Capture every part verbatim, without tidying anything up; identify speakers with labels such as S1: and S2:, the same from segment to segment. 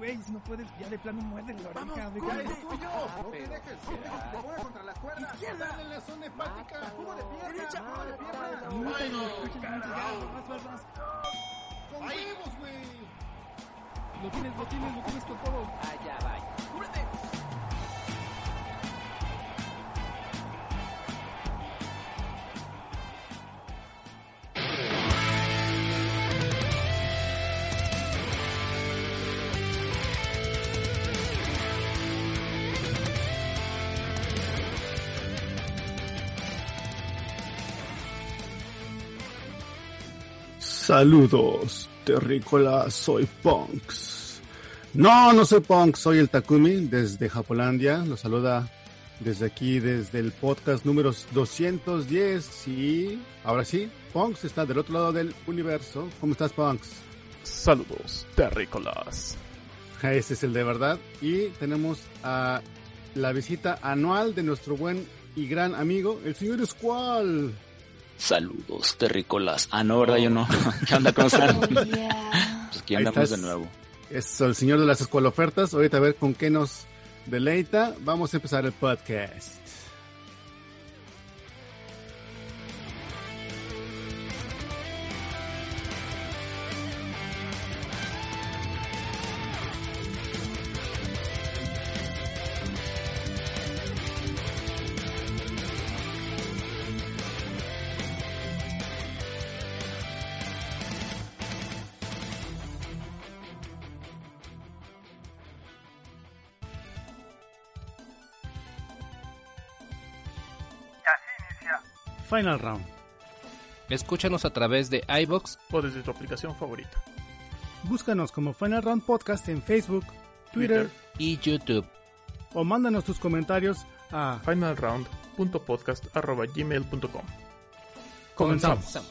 S1: güey, si no puedes, ya de plano muerde la oreja.
S2: Vamos,
S1: de
S2: corre,
S1: cara.
S2: es tuyo.
S3: Ah,
S2: No te
S3: pero-
S2: dejes, no te dejes que te pongas contra las cuerdas.
S1: Izquierda.
S2: Dale en la zona hepática. Jugo de pierna.
S1: Derecha.
S2: Jugo de pierna.
S1: Muy
S2: Ay,
S1: bien,
S2: no,
S1: escuchen,
S2: carajo.
S1: ya, vas, vas, vas.
S2: Con huevos, güey.
S1: Lo tienes, lo tienes, lo tienes con todo.
S3: Allá vaya.
S1: ¡Cúbrete!
S4: Saludos, terrícolas, soy Punks. No, no soy Punks, soy el Takumi desde Japolandia. Los saluda desde aquí, desde el podcast número doscientos diez. Y ahora sí, Punks está del otro lado del universo. ¿Cómo estás, Punks?
S1: Saludos, terrícolas.
S4: Ese es el de verdad. Y tenemos a la visita anual de nuestro buen y gran amigo, el señor Squall.
S5: Saludos, terrícolas. Ah, no, ¿verdad? Yo no. ¿Qué onda? ¿Cómo están?
S6: Oh, yeah.
S5: Pues aquí
S4: Ahí
S5: andamos
S4: estás.
S5: de nuevo.
S4: Es el señor de las escualofertas. Ahorita a ver con qué nos deleita. Vamos a empezar el podcast. Final round.
S7: Escúchanos a través de iVoox
S1: O desde tu aplicación favorita.
S4: Búscanos como Final Round Podcast en Facebook, Twitter,
S7: y YouTube.
S4: o mándanos tus comentarios a...
S1: finalround punto podcast arroba gmail punto com.
S4: Comenzamos.
S7: Comenzamos.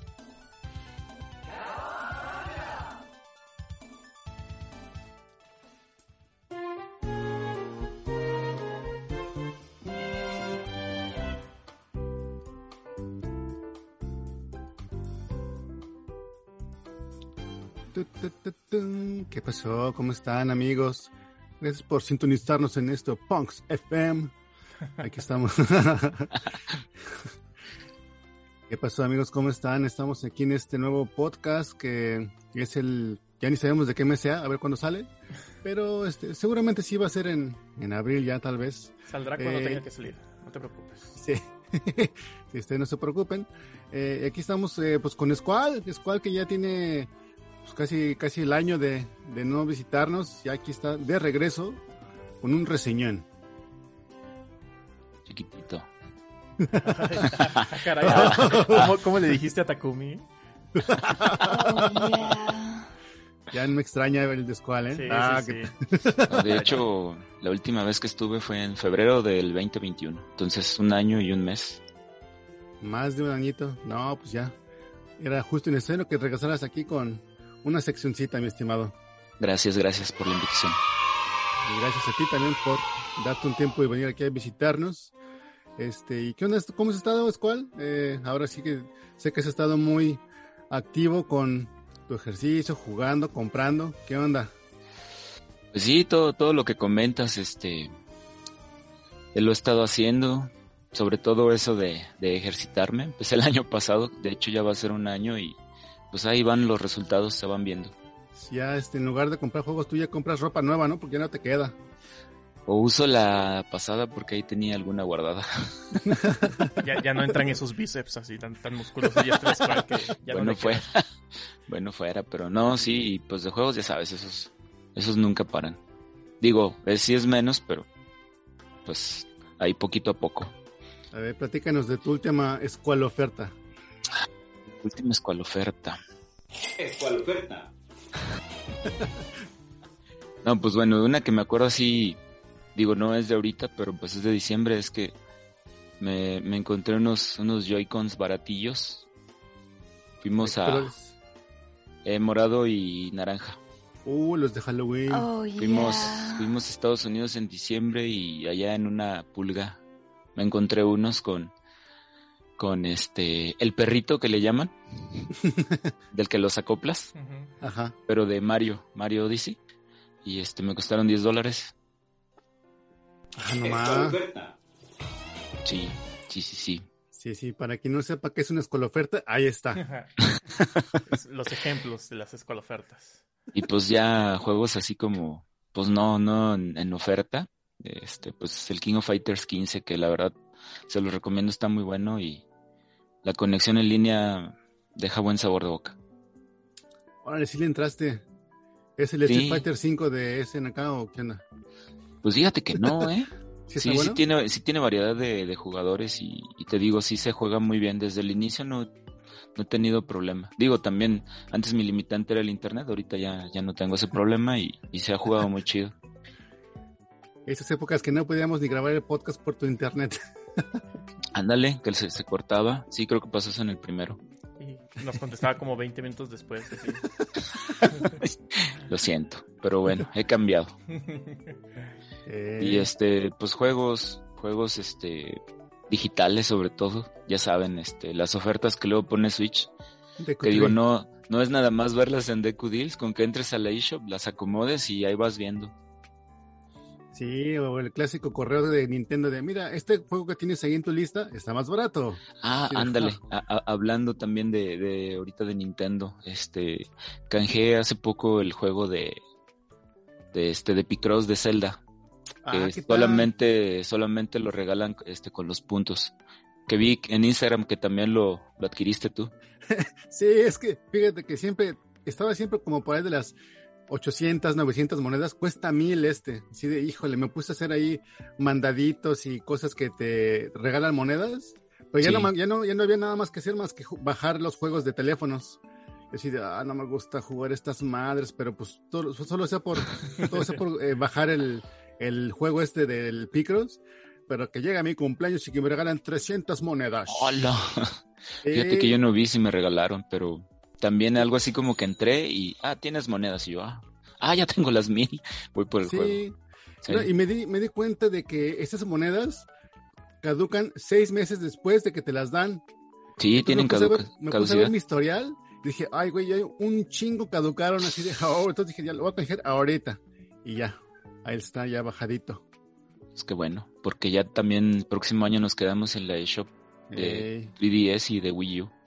S4: Tu, tu, tu, tu. ¿Qué pasó? ¿Cómo están, amigos? Gracias por sintonizarnos en esto, Punks F M. Aquí estamos. ¿Qué pasó, amigos? ¿Cómo están? Estamos aquí en este nuevo podcast que es el... Ya ni sabemos de qué mes sea, a ver cuándo sale. Pero este, seguramente sí va a ser en, en abril ya, tal vez.
S1: Saldrá cuando
S4: Eh,
S1: tenga que salir, no te preocupes.
S4: Sí. Si ustedes no se preocupen. Eh, aquí estamos eh, pues con Squall. Squall que ya tiene pues, casi, casi el año de, de no visitarnos. Y aquí está de regreso con un reseñón.
S5: Chiquitito.
S1: Ah, caray, ¿cómo, cómo le dijiste a Takumi?
S6: Oh, yeah.
S4: Ya no me extraña el de Squall, ¿eh?
S1: Sí,
S4: Ah,
S1: sí,
S4: que-
S1: sí.
S5: No, de hecho, la última vez que estuve fue en febrero del veinte veintiuno. Entonces, un año y un mes.
S4: Más de un añito. No, pues ya. Era justo necesario que regresaras aquí con una seccioncita, mi estimado.
S5: Gracias, gracias por la invitación.
S4: Y gracias a ti también por darte un tiempo y venir aquí a visitarnos. Este, ¿y qué onda? ¿Cómo has estado, Squall? Eh, ahora sí que sé que has estado muy activo con tu ejercicio, jugando, comprando. ¿Qué onda?
S5: Pues sí, todo, todo lo que comentas, este, él lo he estado haciendo, sobre todo eso de, de ejercitarme. Empecé el año pasado, de hecho ya va a ser un año y pues ahí van los resultados, se van viendo.
S4: Ya, este, en lugar de comprar juegos, tú ya compras ropa nueva, ¿no? Porque ya no te queda.
S5: O uso la pasada porque ahí tenía alguna guardada.
S1: Ya, ya no entran esos bíceps así tan, tan musculosos y este Squall que ya
S5: bueno,
S1: no le
S5: fue,
S1: queda.
S5: bueno fuera, pero no, sí, y pues de juegos ya sabes, esos, esos nunca paran. Digo, eh, sí es menos, pero pues ahí poquito a poco.
S4: A ver, platícanos de tu última Squall oferta.
S5: Última escuela oferta.
S3: ¿Cuál oferta?
S5: No, pues bueno, una que me acuerdo así, digo, no es de ahorita, pero pues es de diciembre, es que me, me encontré unos, unos Joy-Cons baratillos. Fuimos a
S4: Colores.
S5: eh, morado y naranja.
S4: Uh, los de Halloween.
S6: Oh,
S5: Fuimos,
S6: yeah.
S5: fuimos a Estados Unidos en diciembre y allá en una pulga me encontré unos con, con este, el perrito que le llaman, del que los acoplas,
S1: Ujú.
S4: Ajá.
S5: pero de Mario, Mario Odyssey. y este me costaron diez dólares.
S4: Ah,
S3: ¿Es cuál
S4: nomás.
S3: oferta?
S5: Sí, sí, sí, sí.
S4: Sí, sí, para quien no sepa qué es una escoloferta, ahí está.
S1: Es los ejemplos de las escolofertas.
S5: Y pues ya juegos así como, pues no, no en, en oferta. Este, pues el King of Fighters quince, que la verdad se lo recomiendo, está muy bueno y la conexión en línea deja buen sabor de boca.
S4: Órale, sí le entraste. ¿Es el
S5: Sí.
S4: Street Fighter cinco de S N K o qué onda?
S5: Pues fíjate que no, ¿eh?
S4: ¿Sí está
S5: Sí,
S4: bueno?
S5: sí tiene, sí tiene variedad de, de jugadores y, y te digo, sí se juega muy bien. Desde el inicio no, no he tenido problema. Digo, también, antes mi limitante era el internet, ahorita ya, ya no tengo ese problema y, y se ha jugado muy chido.
S4: Esas épocas que no podíamos ni grabar el podcast por tu internet.
S5: Ándale, que se, se cortaba. Sí, creo que pasó eso en el primero.
S1: Y nos contestaba como veinte minutos después. Así.
S5: Lo siento, pero bueno, he cambiado.
S4: Eh,
S5: Y este, pues juegos, juegos este digitales sobre todo, ya saben, este, las ofertas que luego pone Switch,
S4: de
S5: que digo,
S4: Kutri.
S5: no, no es nada más verlas en Deku Deals, con que entres a la eShop, las acomodes y ahí vas viendo.
S4: Sí, o el clásico correo de Nintendo de, mira, este juego que tienes ahí en tu lista está más barato.
S5: Ah,
S4: Sí,
S5: ándale,
S4: ajá.
S5: a- a- hablando también de, de ahorita de Nintendo, este, canjeé hace poco el juego de, de este, de Picross de Zelda,
S4: Ah,
S5: que
S4: ¿qué tal?
S5: solamente, solamente lo regalan este con los puntos. Que vi en Instagram que también lo, lo adquiriste tú.
S4: Sí, es que fíjate que siempre, estaba siempre como por ahí de las ochocientas, novecientas monedas, cuesta mil este. Así de, híjole, me puse a hacer ahí mandaditos y cosas que te regalan monedas, pero ya,
S5: Sí.
S4: no, ma- ya, no, ya no había nada más que hacer más que ju- bajar los juegos de teléfonos. Y así de, ah, no me gusta jugar estas madres, pero pues todo, solo sea por, todo sea por eh, bajar el, el juego este del Picross, pero que llega a mi cumpleaños y que me regalan trescientas monedas.
S5: ¡Hola! Fíjate
S4: Eh,
S5: que yo no vi si me regalaron, pero también algo así como que entré y, ah, tienes monedas. Y yo, ah, ah ya tengo las mil. Voy por el
S4: sí.
S5: juego. Sí.
S4: No, y me di, me di cuenta de que estas monedas caducan seis meses después de que te las dan.
S5: Sí,
S4: Entonces
S5: tienen
S4: me puse a ver-
S5: caduca-
S4: Me puse a
S5: caducidad.
S4: ver mi historial y dije, ay, güey, ya hay un chingo caducaron así de, oh, entonces dije, ya lo voy a coger ahorita. Y ya, ahí está, ya bajadito.
S5: Es que bueno, porque ya también el próximo año nos quedamos en la eShop de
S4: Ey,
S5: tres D S y de Wii U.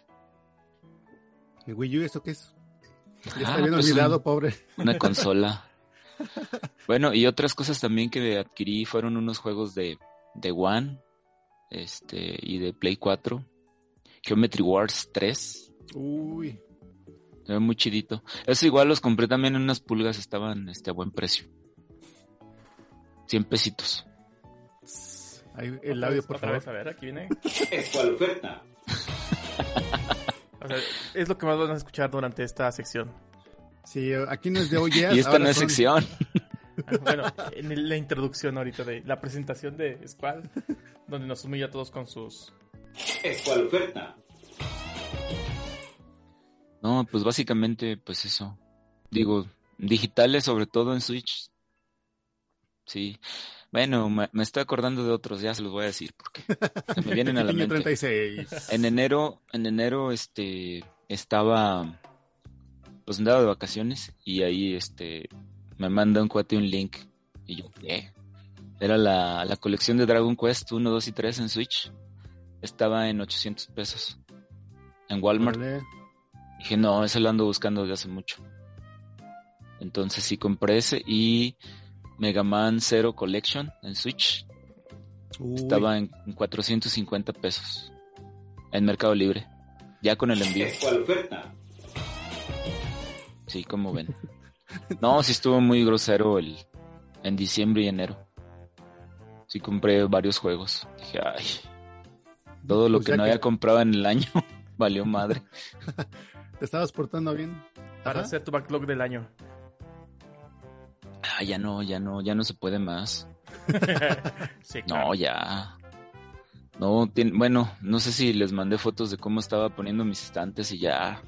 S4: ¿el Wii U eso qué es? Ya
S5: Ah,
S4: está bien
S5: pues
S4: olvidado,
S5: un-
S4: pobre.
S5: Una consola. Bueno, y otras cosas también que adquirí fueron unos juegos de, de One este, y de Play cuatro. Geometry Wars tres.
S4: Uy,
S5: Se ve muy chidito. Eso igual los compré también en unas pulgas, estaban este, a buen precio. cien pesitos.
S4: ahí el
S1: Otra
S4: audio,
S1: vez,
S4: por
S1: otra
S4: favor.
S1: vez, a ver, aquí viene.
S3: ¿Es cuál oferta?
S1: O sea, es lo que más van a escuchar durante esta sección.
S4: Sí, aquí no es de hoy,
S5: Y esta no es sección.
S1: Ah, bueno, en el- la introducción ahorita de la presentación de Squall, donde nos humilla a todos con sus...
S3: ¿Es cuál oferta?
S5: No, pues básicamente, pues eso. Digo, digitales sobre todo en Switch. Sí. Bueno, me, me estoy acordando de otros, ya se los voy a decir porque se me vienen a la
S4: Niño
S5: mente.
S4: treinta y seis.
S5: En enero, en enero, este, estaba, pues andaba de vacaciones y ahí, este, me manda un cuate un link y yo, ¿qué? Era la, la colección de Dragon Quest uno, dos y tres en Switch. Estaba en ochocientos pesos en Walmart.
S4: Órale.
S5: Dije, no, ese lo ando buscando desde hace mucho. Entonces sí compré ese y Mega Man Zero Collection en Switch.
S4: Uy,
S5: Estaba en en cuatrocientos cincuenta pesos en Mercado Libre. Ya con el envío.
S3: ¿Es cuál oferta?
S5: Sí, como ven. No, sí estuvo muy grosero el en diciembre y enero. Sí compré varios juegos. Dije, ay, todo lo
S4: Pues
S5: que
S4: ya
S5: no
S4: que-
S5: había comprado en el año valió madre.
S4: ¿te estabas portando bien?
S1: Para
S4: Ajá.
S1: hacer tu backlog del año.
S5: Ah, ya no, ya no, ya no se puede más.
S1: Sí, claro.
S5: No, ya. No, tien- bueno, no sé si les mandé fotos de cómo estaba poniendo mis estantes y ya.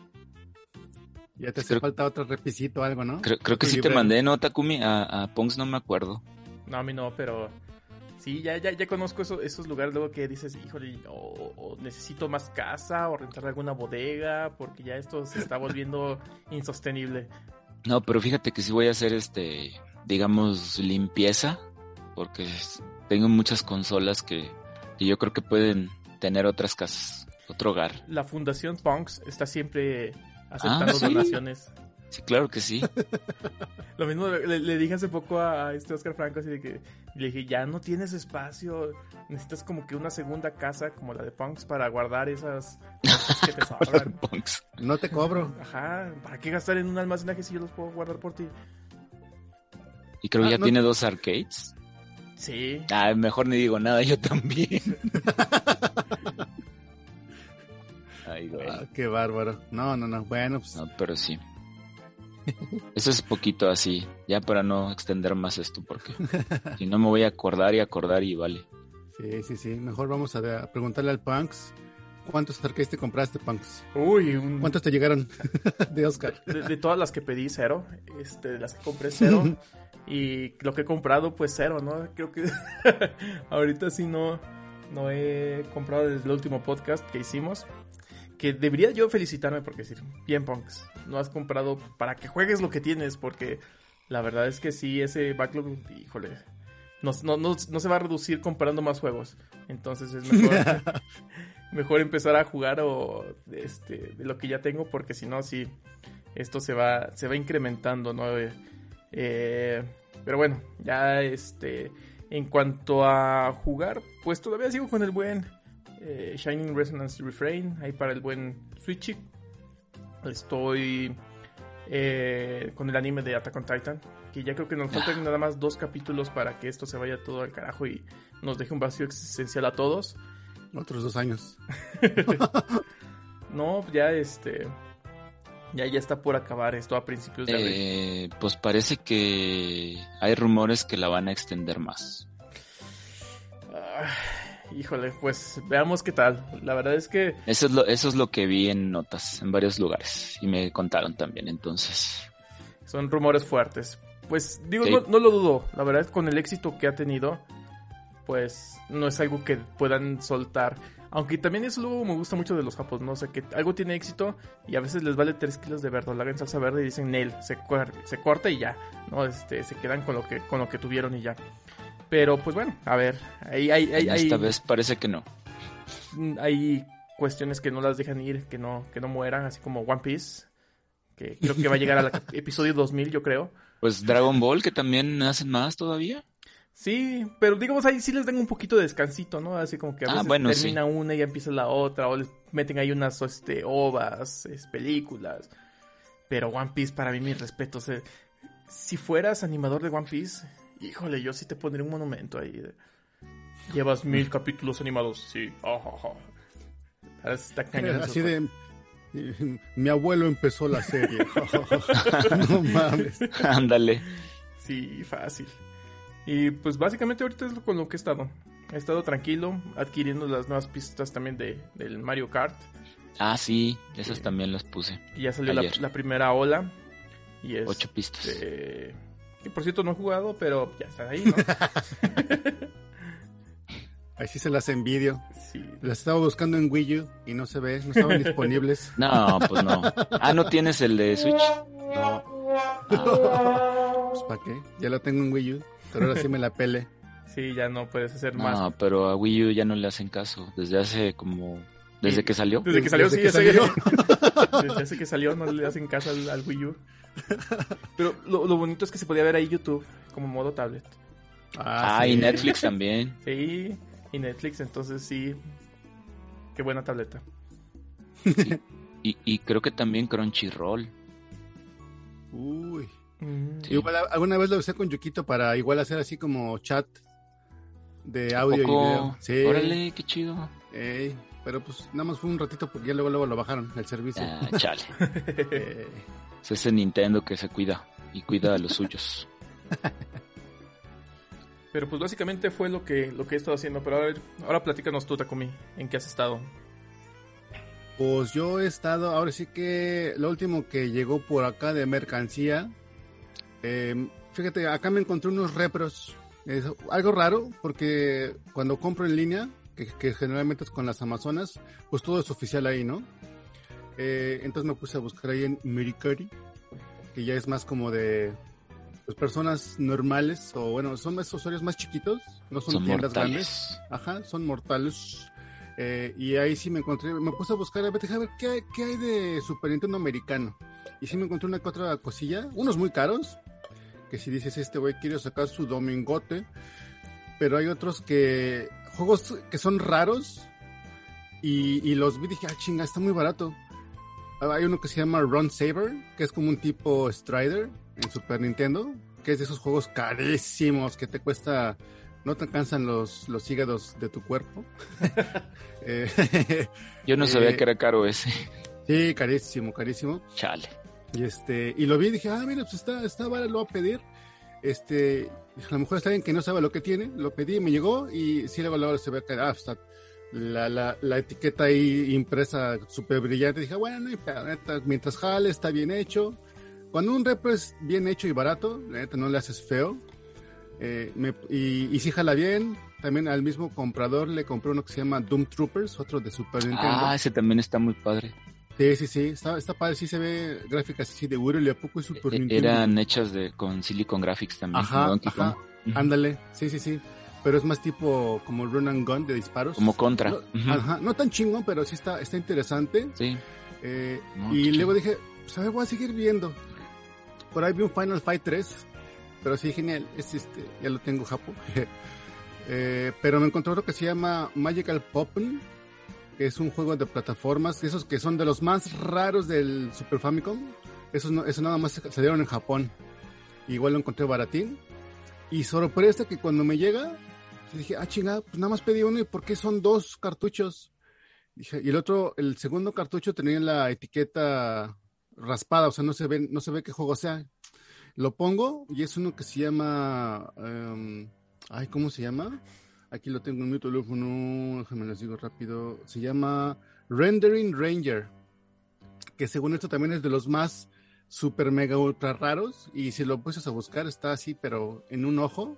S4: Ya te hace
S5: Creo-
S4: falta otro repisito o algo, ¿no?
S5: Creo, creo que
S4: Tu
S5: sí te
S4: librero.
S5: mandé, ¿no, Takumi? A, a Pongs no me acuerdo.
S1: No, a mí no, pero sí, ya, ya, ya conozco eso- esos lugares luego que dices, híjole, o, o necesito más casa o rentar alguna bodega porque ya esto se está volviendo insostenible.
S5: No, pero fíjate que sí voy a hacer este, digamos, limpieza, porque tengo muchas consolas que, que yo creo que pueden tener otras casas, otro hogar.
S1: La Fundación Punks está siempre aceptando
S5: Ah, ¿sí?
S1: donaciones.
S5: Sí, claro que sí.
S1: Lo mismo le, le dije hace poco a este Oscar Franco, así de que le dije, ya no tienes espacio, necesitas como que una segunda casa como la de Punks para guardar esas cosas que te sobran.
S5: Punks.
S4: No te cobro.
S1: Ajá, ¿para qué gastar en un almacenaje si yo los puedo guardar por ti?
S5: Y creo que
S4: Ah,
S5: ya
S4: no-
S5: tiene dos arcades.
S1: Sí.
S5: Ah, mejor ni digo nada, yo también. Ay, güey.
S4: Ah, qué bárbaro. No, no, no. Bueno, pues
S5: No, pero sí. Eso es poquito así, ya para no extender más esto, porque si no me voy a acordar y acordar y vale.
S4: sí, sí, sí. Mejor vamos a, a preguntarle al Punks. ¿Cuántos arcades te compraste, Punks?
S1: Uy, un...
S4: ¿Cuántos te llegaron de Oscar?
S1: de, de todas las que pedí, cero. Este, de las que compré, cero. Y lo que he comprado, pues cero, ¿no? Creo que ahorita sí no, no he comprado desde el último podcast que hicimos. Que debería yo felicitarme porque decir, bien, Punks, no has comprado para que juegues lo que tienes, porque la verdad es que sí, ese backlog, híjole, no, no, no, no se va a reducir comprando más juegos. Entonces es mejor, mejor empezar a jugar o este, de lo que ya tengo, porque si no, sí, esto se va, se va incrementando, ¿no? Eh, eh, pero bueno, ya este, en cuanto a jugar, pues todavía sigo con el buen... Eh, Shining Resonance Refrain, ahí para el buen Switchy. Estoy eh, con el anime de Attack on Titan, que ya creo que nos faltan nada más dos capítulos para que esto se vaya todo al carajo y nos deje un vacío existencial a todos.
S4: Otros dos años.
S1: No, ya este... Ya, ya está por acabar esto a principios de abril.
S5: Eh, pues parece que hay rumores que la van a extender más.
S1: Ah, híjole, pues veamos qué tal. La verdad es que...
S5: Eso es lo, eso es lo que vi en notas en varios lugares y me contaron también, entonces.
S1: Son rumores fuertes. Pues digo,
S5: Sí.
S1: no, no lo dudo. La verdad, con el éxito que ha tenido, pues no es algo que puedan soltar. Aunque también eso luego me gusta mucho de los japos, ¿no? O sea, que algo tiene éxito y a veces les vale tres kilos de verdolaga en salsa verde y dicen, Nel, se, cuer- se corta y ya, ¿no? Este, se quedan con lo que con lo que tuvieron y ya. Pero, pues bueno, a ver, ahí hay, hay, hay,
S5: Esta vez parece que no.
S1: hay cuestiones que no las dejan ir, que no, que no mueran, así como One Piece, que creo que va a llegar al episodio dos mil, yo creo.
S5: Pues Dragon Ball, que también hacen más todavía.
S1: Sí, pero digamos ahí sí les dan un poquito de descansito, ¿no? Así como que a
S5: Ah,
S1: veces
S5: bueno,
S1: termina una y ya empieza la otra, o les meten ahí unas este, ovas, es, películas. Pero One Piece, para mí, mis respetos. Eh. Si fueras animador de One Piece, híjole, yo sí te pondría un monumento ahí. de- Llevas mil capítulos animados, sí. Oh, oh, oh. Ahora sí está cañón eso,
S4: Así
S1: pues.
S4: de... Mi abuelo empezó la serie. No mames.
S5: Ándale.
S1: Sí, fácil. Y pues básicamente ahorita es con lo que he estado. He estado tranquilo, adquiriendo las nuevas pistas también de, del Mario Kart.
S5: Ah, sí, esas
S1: Sí.
S5: también las puse.
S1: Y ya salió la,
S5: Ayer.
S1: la primera ola. Y es,
S5: Ocho pistas.
S1: eh, que por cierto no he jugado, pero ya están ahí, ¿no?
S4: Ahí sí se las envidio.
S1: Sí.
S4: Las estaba buscando en Wii U y no se ve, no estaban disponibles.
S5: No, pues no. Ah, ¿no tienes el de Switch?
S4: No,
S5: Ah,
S4: pues ¿para qué? Ya lo tengo en Wii U, pero ahora sí me la pele.
S1: Sí, ya no puedes hacer más.
S5: no, pero a Wii U ya no le hacen caso. Desde hace como... Desde
S1: Sí.
S5: que salió.
S1: Desde que salió,
S4: Desde
S1: sí,
S4: que
S1: ya sé.
S4: salió.
S1: Desde hace que salió no le hacen caso al, al Wii U. Pero lo, lo bonito es que se podía ver ahí YouTube como modo tablet.
S5: Ah,
S4: sí.
S5: y Netflix también.
S1: Sí, y Netflix, entonces sí. Qué buena tableta.
S5: Y, y creo que también Crunchyroll.
S4: Uy.
S1: Mm.
S5: Sí.
S4: Igual, alguna vez lo usé con Yukito para igual hacer así como chat de audio y
S5: Poco.
S4: video. Sí.
S5: Órale, qué chido.
S4: Ey, pero pues nada más fue un ratito porque ya luego, luego lo bajaron el servicio.
S5: Ah, chale.
S4: Eh,
S5: Es ese Nintendo que se cuida y cuida a los suyos.
S1: Pero pues básicamente fue lo que, lo que he estado haciendo. Pero a ver, ahora platícanos tú, Takumi, ¿en qué has estado?
S4: Pues yo he estado, ahora sí que lo último que llegó por acá de mercancía, eh, fíjate, acá me encontré unos repros, es algo raro porque cuando compro en línea, que, que generalmente es con las Amazonas, pues todo es oficial ahí, ¿no? Eh, entonces me puse a buscar ahí en Mercari que ya es más como de pues, personas normales, o bueno, son más usuarios más chiquitos, no son,
S5: Son
S4: tiendas
S5: mortales.
S4: grandes. Ajá, son mortales. Eh, y ahí sí me encontré, me puse a buscar, a ver, déjame ver qué, hay- qué hay de Super Nintendo americano. Y sí me encontré una que otra cosilla, unos muy caros, que si dices, este güey quiere sacar su domingote, pero hay otros que, juegos que son raros, y, y los vi y dije, ah, chinga, está muy barato. Ah, hay uno que se llama Run Saber, que es como un tipo Strider en Super Nintendo, que es de esos juegos carísimos que te cuesta, no te alcanzan los, los hígados de tu cuerpo. Eh,
S5: Yo no sabía
S4: Eh,
S5: que era caro ese.
S4: sí, carísimo, carísimo.
S5: Chale.
S4: Y este, y lo vi y dije, ah, mira, pues está, está barato, lo voy a pedir. Este, a lo mejor está alguien que no sabe lo que tiene, lo pedí, me llegó y sí, luego, luego se ve que, ah, está la, la, la etiqueta ahí impresa súper brillante. Dije, bueno, no hay pedo, neta, mientras jale, está bien hecho. Cuando un repro es bien hecho y barato, la neta no le haces feo. Eh, me, y, y sí jala bien. También al mismo comprador le compré uno que se llama Doom Troopers, otro de Super Nintendo.
S5: Ah, ese también está muy padre.
S4: Sí, sí, sí, está, está padre, sí se ve gráficas así de Uri, ¿a poco es Super
S5: E-
S4: Nintendo?
S5: Eran hechas de con Silicon Graphics también.
S4: Ajá,
S5: como Donkey
S4: ajá,
S5: Kong. Ujú.
S4: ándale, sí, sí, sí, pero es más tipo como run and gun de disparos.
S5: Como Contra.
S4: No,
S5: Ujú.
S4: Ajá, no tan chingón, pero sí está, está interesante.
S5: Sí.
S4: Eh,
S5: No,
S4: y
S5: qué
S4: luego
S5: chido.
S4: dije, pues a ver, voy a seguir viendo. Por ahí vi un Final Fight tres, pero sí, genial, es este, ya lo tengo, Japo. eh, pero me encontré otro que se llama Magical Poppen, que es un juego de plataformas, esos que son de los más raros del Super Famicom. Esos, no, esos nada más salieron en Japón. Igual lo encontré baratín. Y sorpresa que cuando me llega, dije, ah, chingada, pues nada más pedí uno, ¿y por qué son dos cartuchos? Dije, y el otro, el segundo cartucho tenía la etiqueta raspada, o sea, no se ve, no se ve qué juego sea. Lo pongo y es uno que se llama, um, ay, ¿cómo se llama? Aquí lo tengo en mi teléfono, déjenme les digo rápido. Se llama Rendering Ranger, que según esto también es de los más super mega ultra raros. Y si lo puedes a buscar, está así, pero en un ojo.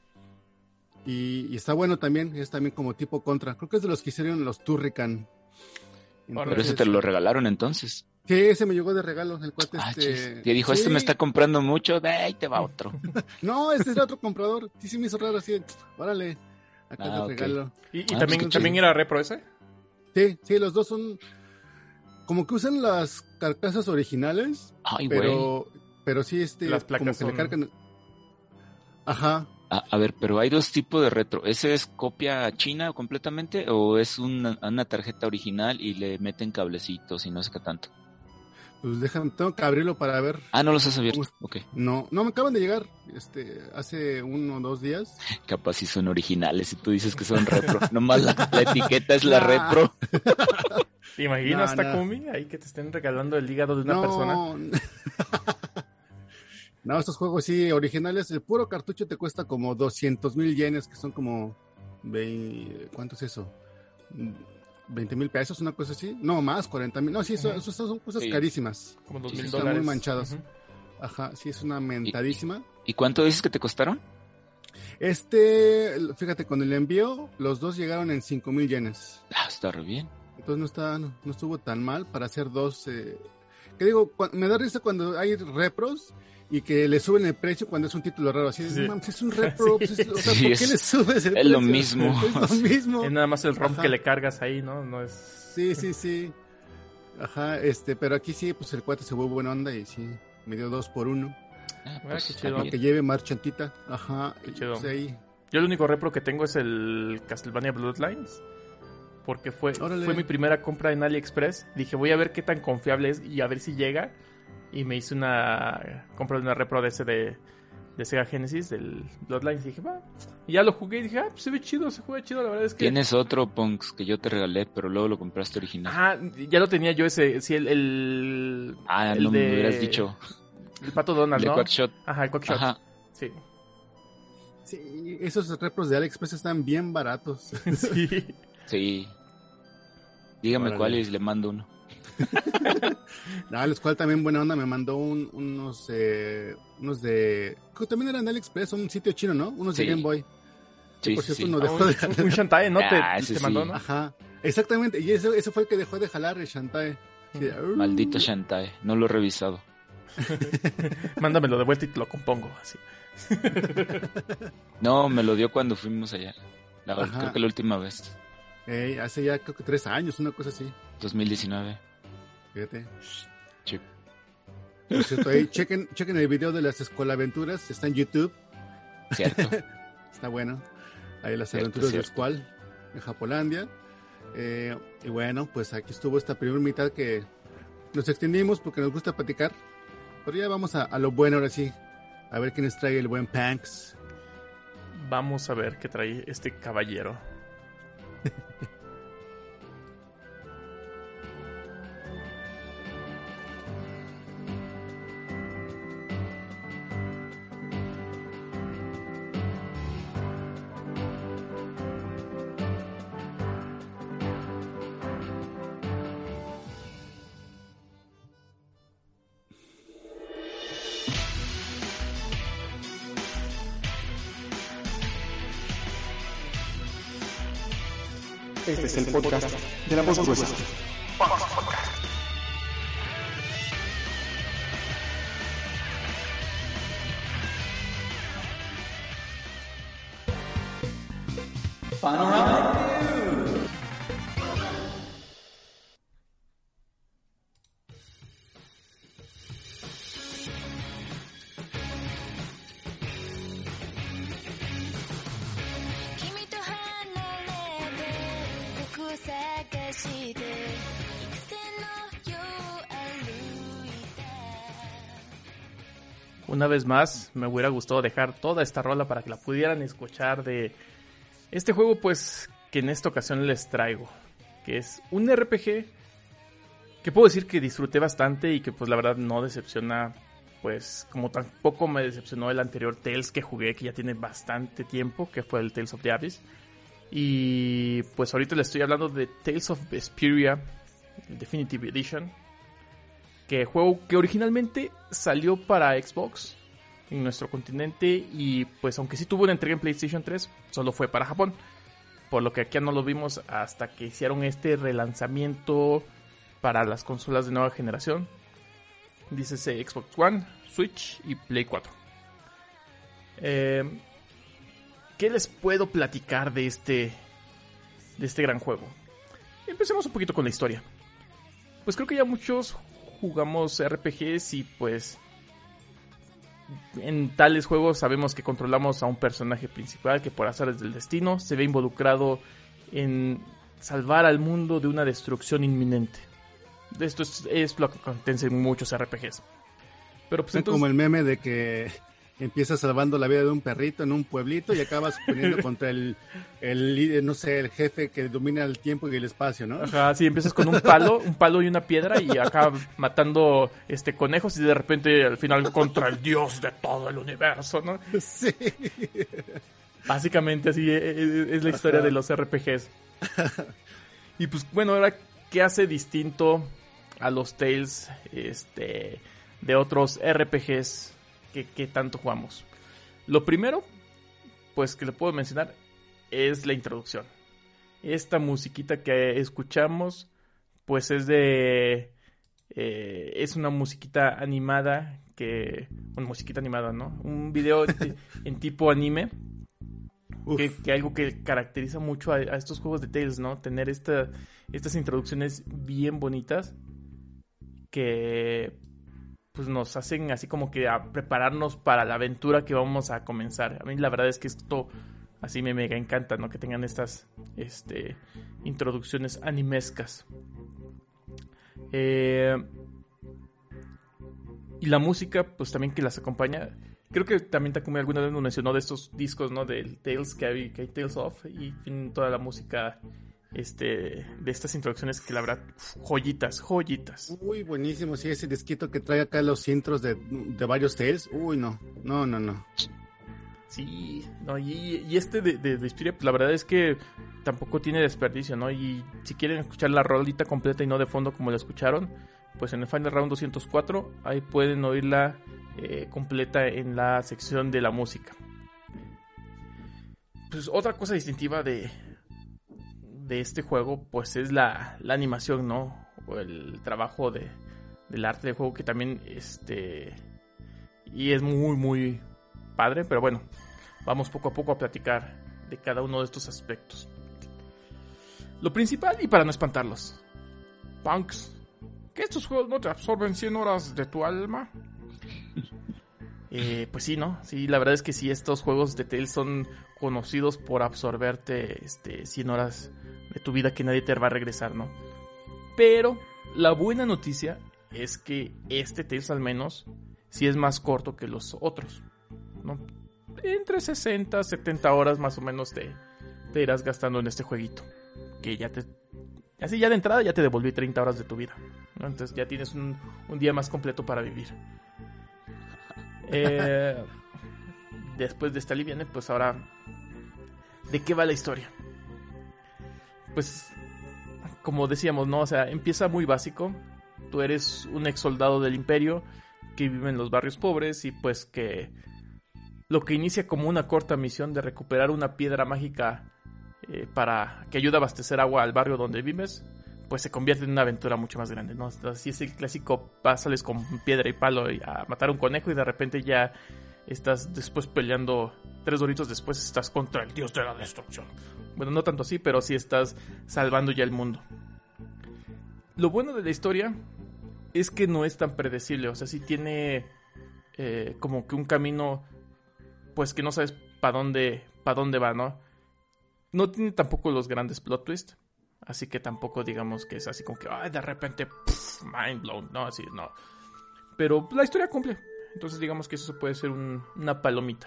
S4: Y, y está bueno también, es también como tipo Contra. Creo que es de los que hicieron los Turrican.
S5: Pero ese te lo regalaron entonces.
S4: Sí, ese me llegó de regalo, el cuate
S5: Ah,
S4: este.
S5: chis. Te dijo,
S4: Sí.
S5: este me está comprando mucho, de ahí te va otro.
S4: No, este es otro comprador. Sí, sí me hizo raro así. Órale, acá
S5: Ah,
S4: te
S5: ok.
S4: regalo.
S1: ¿Y, y
S5: Ah,
S1: también,
S5: pues qué
S1: también
S5: chido.
S1: era repro ese?
S4: Sí, sí, los dos son como que usan las carcasas originales,
S5: Ay, güey.
S4: pero pero sí este
S1: Las placas
S4: como que
S1: son-
S4: le cargan. Ajá.
S5: A, a ver, pero hay dos tipos de retro. ¿Ese es copia china completamente o es una, una tarjeta original y le meten cablecitos y no sé qué tanto?
S4: Pues déjame, tengo que abrirlo para ver.
S5: Ah, no los has abierto. Ok.
S4: No, no me acaban de llegar, este, hace uno o dos días.
S5: Capaz si son originales y tú dices que son retro. Nomás la, la etiqueta es la
S4: Nah.
S5: retro.
S1: ¿Te imaginas,
S4: No, no.
S1: Takumi? Ahí que te estén regalando el hígado de una
S4: no.
S1: persona.
S4: No, estos juegos sí, originales, el puro cartucho te cuesta como doscientos mil yenes, que son como, veinte, ¿cuánto es eso? veinte mil pesos, una cosa así. No, más, cuarenta mil. No, sí, eso,
S1: Ujú.
S4: eso son cosas
S5: Sí.
S4: carísimas.
S1: Como dos
S5: Sí,
S1: mil
S4: están
S1: dólares.
S4: muy manchados.
S1: Ujú.
S4: Ajá, sí, es una mentadísima.
S5: ¿Y cuánto dices que te costaron?
S4: Este, fíjate, con el envío, los dos llegaron en cinco mil yenes.
S5: Ah, está re bien.
S4: Entonces no está, no, no estuvo tan mal para hacer dos. Eh, que digo, cu- me da risa cuando hay repros y que le suben el precio cuando es un título raro. Así,
S1: Sí.
S4: no mames, es un repro.
S1: Sí.
S4: Pues es- o sea,
S5: Sí,
S4: ¿por
S5: es-
S4: qué le subes el
S5: es lo
S4: precio?
S5: mismo.
S4: Es lo mismo.
S1: Es nada más el ROM
S4: Ajá.
S1: que le cargas ahí, ¿no? No es...
S4: Sí, sí, sí. Ajá, este, pero aquí sí, pues el cuate se vuelve buena onda y sí, me dio dos por uno.
S5: Ah,
S1: Ah,
S5: pues
S1: qué
S5: está
S1: chido.
S4: Para
S5: bien.
S4: que lleve marchantita. Ajá.
S1: Qué
S4: y
S1: chido.
S4: pues ahí.
S1: Yo el único repro que tengo es el Castlevania Bloodlines. Porque fue,
S4: Órale.
S1: fue mi primera compra en AliExpress. Dije, voy a ver qué tan confiable es y a ver si llega. Y me hice una compra de una repro de ese de, de Sega Genesis, del Bloodlines. Y dije, va. Y ya lo jugué y dije, ah, pues se ve chido, se juega chido. La verdad es que...
S5: Tienes otro Punks que yo te regalé, pero luego lo compraste original.
S1: Ah, ya lo tenía yo ese. Sí, el. el
S5: Ah,
S1: el
S5: no
S1: de-
S5: me hubieras dicho.
S1: El pato Donald,
S5: El de
S1: ¿no?
S5: Quackshot.
S1: Ajá, el Quackshot.
S5: Ajá.
S1: Sí.
S4: Sí, esos repros de AliExpress están bien baratos.
S1: Sí.
S5: Sí. Dígame
S4: Órale.
S5: cuál y le mando uno.
S4: No, los cual también buena onda me mandó un- unos eh, unos de que también eran de AliExpress, un sitio chino, ¿no? Unos de
S5: Sí.
S4: Game Boy.
S5: Sí,
S4: por
S5: sí,
S4: cierto,
S5: sí.
S4: no
S1: Ah,
S4: dejó de
S1: un, un Shantae, ¿no? Te,
S5: Ah, ese
S1: te mandó,
S5: sí.
S1: ¿no?
S4: Ajá, exactamente, y ese, ese fue el que dejó de jalar el Shantae. Sí, de, "Uh".
S5: Maldito Shantae. No lo he revisado.
S1: Mándamelo de vuelta y te lo compongo, así.
S5: No, me lo dio cuando fuimos allá. La,
S4: Ajá.
S5: creo que la última vez.
S4: Ey, hace ya creo que tres años, una cosa así.
S5: dos mil diecinueve.
S4: Fíjate.
S5: Sí.
S4: Por cierto, ahí, chequen, chequen el video de las Escualaventuras, está en YouTube.
S5: Cierto.
S4: Está bueno. Ahí las
S5: Cierto,
S4: aventuras de
S5: cierto.
S4: Squall en Japolandia. Eh, y bueno, pues aquí estuvo esta primera mitad que nos extendimos porque nos gusta platicar. Pero ya vamos a, a lo bueno ahora sí. A ver quién nos trae el buen Panks.
S1: Vamos a ver qué trae este caballero.
S2: Este es el podcast de la voz gruesa. Una vez más, me hubiera gustado dejar toda esta rola para que la pudieran escuchar de este juego, pues, que en esta ocasión les traigo. Que es un R P G que puedo decir que disfruté bastante y que, pues, la verdad no decepciona, pues, como tampoco me decepcionó el anterior Tales que jugué, que ya tiene bastante tiempo, que fue el Tales of the Abyss. Y, pues, ahorita les estoy hablando de Tales of Vesperia Definitive Edition. Que juego que originalmente salió para Xbox en nuestro continente y pues aunque sí tuvo una entrega en PlayStation tres, solo fue para Japón. Por lo que aquí no lo vimos hasta que hicieron este relanzamiento para las consolas de nueva generación. Dícese Xbox One, Switch y Play cuatro. Eh, ¿Qué les puedo platicar de este, de este gran juego? Empecemos un poquito con la historia. Pues creo que ya muchos jugamos R P Gs y pues en tales juegos sabemos que controlamos a un personaje principal que por azares del destino se ve involucrado en salvar al mundo de una destrucción inminente. Esto es, es lo que acontece en muchos R P Gs. Pero pues
S4: Es
S1: entonces...
S4: como el meme de que empiezas salvando la vida de un perrito en un pueblito y acabas poniendo contra el, el líder, no sé, el jefe que domina el tiempo y el espacio, ¿no?
S1: Ajá, sí, empiezas con un palo, un palo y una piedra y acabas matando este conejos y de repente al final contra el dios de todo el universo, ¿no?
S4: Sí.
S1: Básicamente así es, es la historia
S4: Ajá.
S1: de los R P Gs. Y pues bueno, ahora, ¿qué hace distinto a los Tales este, de otros R P Gs que, que tanto jugamos? Lo primero, pues que le puedo mencionar, es la introducción. Esta musiquita que escuchamos, pues es de... Eh, es una musiquita animada que... Una musiquita animada, ¿no? Un video de- en tipo anime. Que, que algo que caracteriza mucho a, a estos juegos de Tales, ¿no? Tener esta, estas introducciones bien bonitas que pues nos hacen así como que a prepararnos para la aventura que vamos a comenzar. A mí la verdad es que esto así me mega encanta, ¿no? Que tengan estas este, introducciones animescas. Eh, y la música, pues también que las acompaña. Creo que también Takumi alguna vez nos mencionó de estos discos, ¿no? Del Tales que hay, que hay Tales of. Y tienen toda la música este, de estas introducciones que la verdad, uf, joyitas, joyitas.
S4: Uy, buenísimo, sí, ese disquito que trae acá los intros de, de varios Tales. Uy, no, no, no, no.
S1: Sí, no, y, y este de, de, de Vesperia, pues la verdad es que tampoco tiene desperdicio, ¿no? Y si quieren escuchar la rolita completa y no de fondo como la escucharon, pues en el Final Round doscientos cuatro, ahí pueden oírla eh, completa en la sección de la música. Pues otra cosa distintiva de, de este juego, pues es la, la animación, ¿no? O el trabajo de,
S2: del arte del juego, que también, este, y es muy, muy padre, pero bueno, vamos poco a poco a platicar de cada uno de estos aspectos. Lo principal, y para no espantarlos, punks, ¿que estos juegos no te absorben cien horas de tu alma? Eh, pues sí, ¿no? Sí, la verdad es que sí, estos juegos de Tales son conocidos por absorberte este, cien horas de tu vida que nadie te va a regresar, ¿no? Pero la buena noticia es que este Tales al menos sí es más corto que los otros, ¿no? Entre sesenta, setenta horas más o menos te, te irás gastando en este jueguito, que ya te... Así ya de entrada ya te devolví treinta horas de tu vida, ¿no? Entonces ya tienes un, un día más completo para vivir. Eh, después de esta liviana, pues ahora, ¿de qué va la historia? Pues, como decíamos, ¿no? O sea, empieza muy básico. Tú eres un ex soldado del Imperio que vive en los barrios pobres y pues que lo que inicia como una corta misión de recuperar una piedra mágica eh, para que ayude a abastecer agua al barrio donde vives, pues se convierte en una aventura mucho más grande, ¿no? Así es el clásico, sales con piedra y palo a matar un conejo y de repente ya estás después peleando, tres doritos después estás contra el dios de la destrucción. Bueno, no tanto así, pero sí estás salvando ya el mundo. Lo bueno de la historia es que no es tan predecible, o sea, sí tiene eh, como que un camino, pues que no sabes para dónde, para dónde va, ¿no? No tiene tampoco los grandes plot twists. Así que tampoco digamos que es así como que ay, de repente pff, mind blown, no, así no. Pero la historia cumple. Entonces digamos que eso puede ser un, una palomita.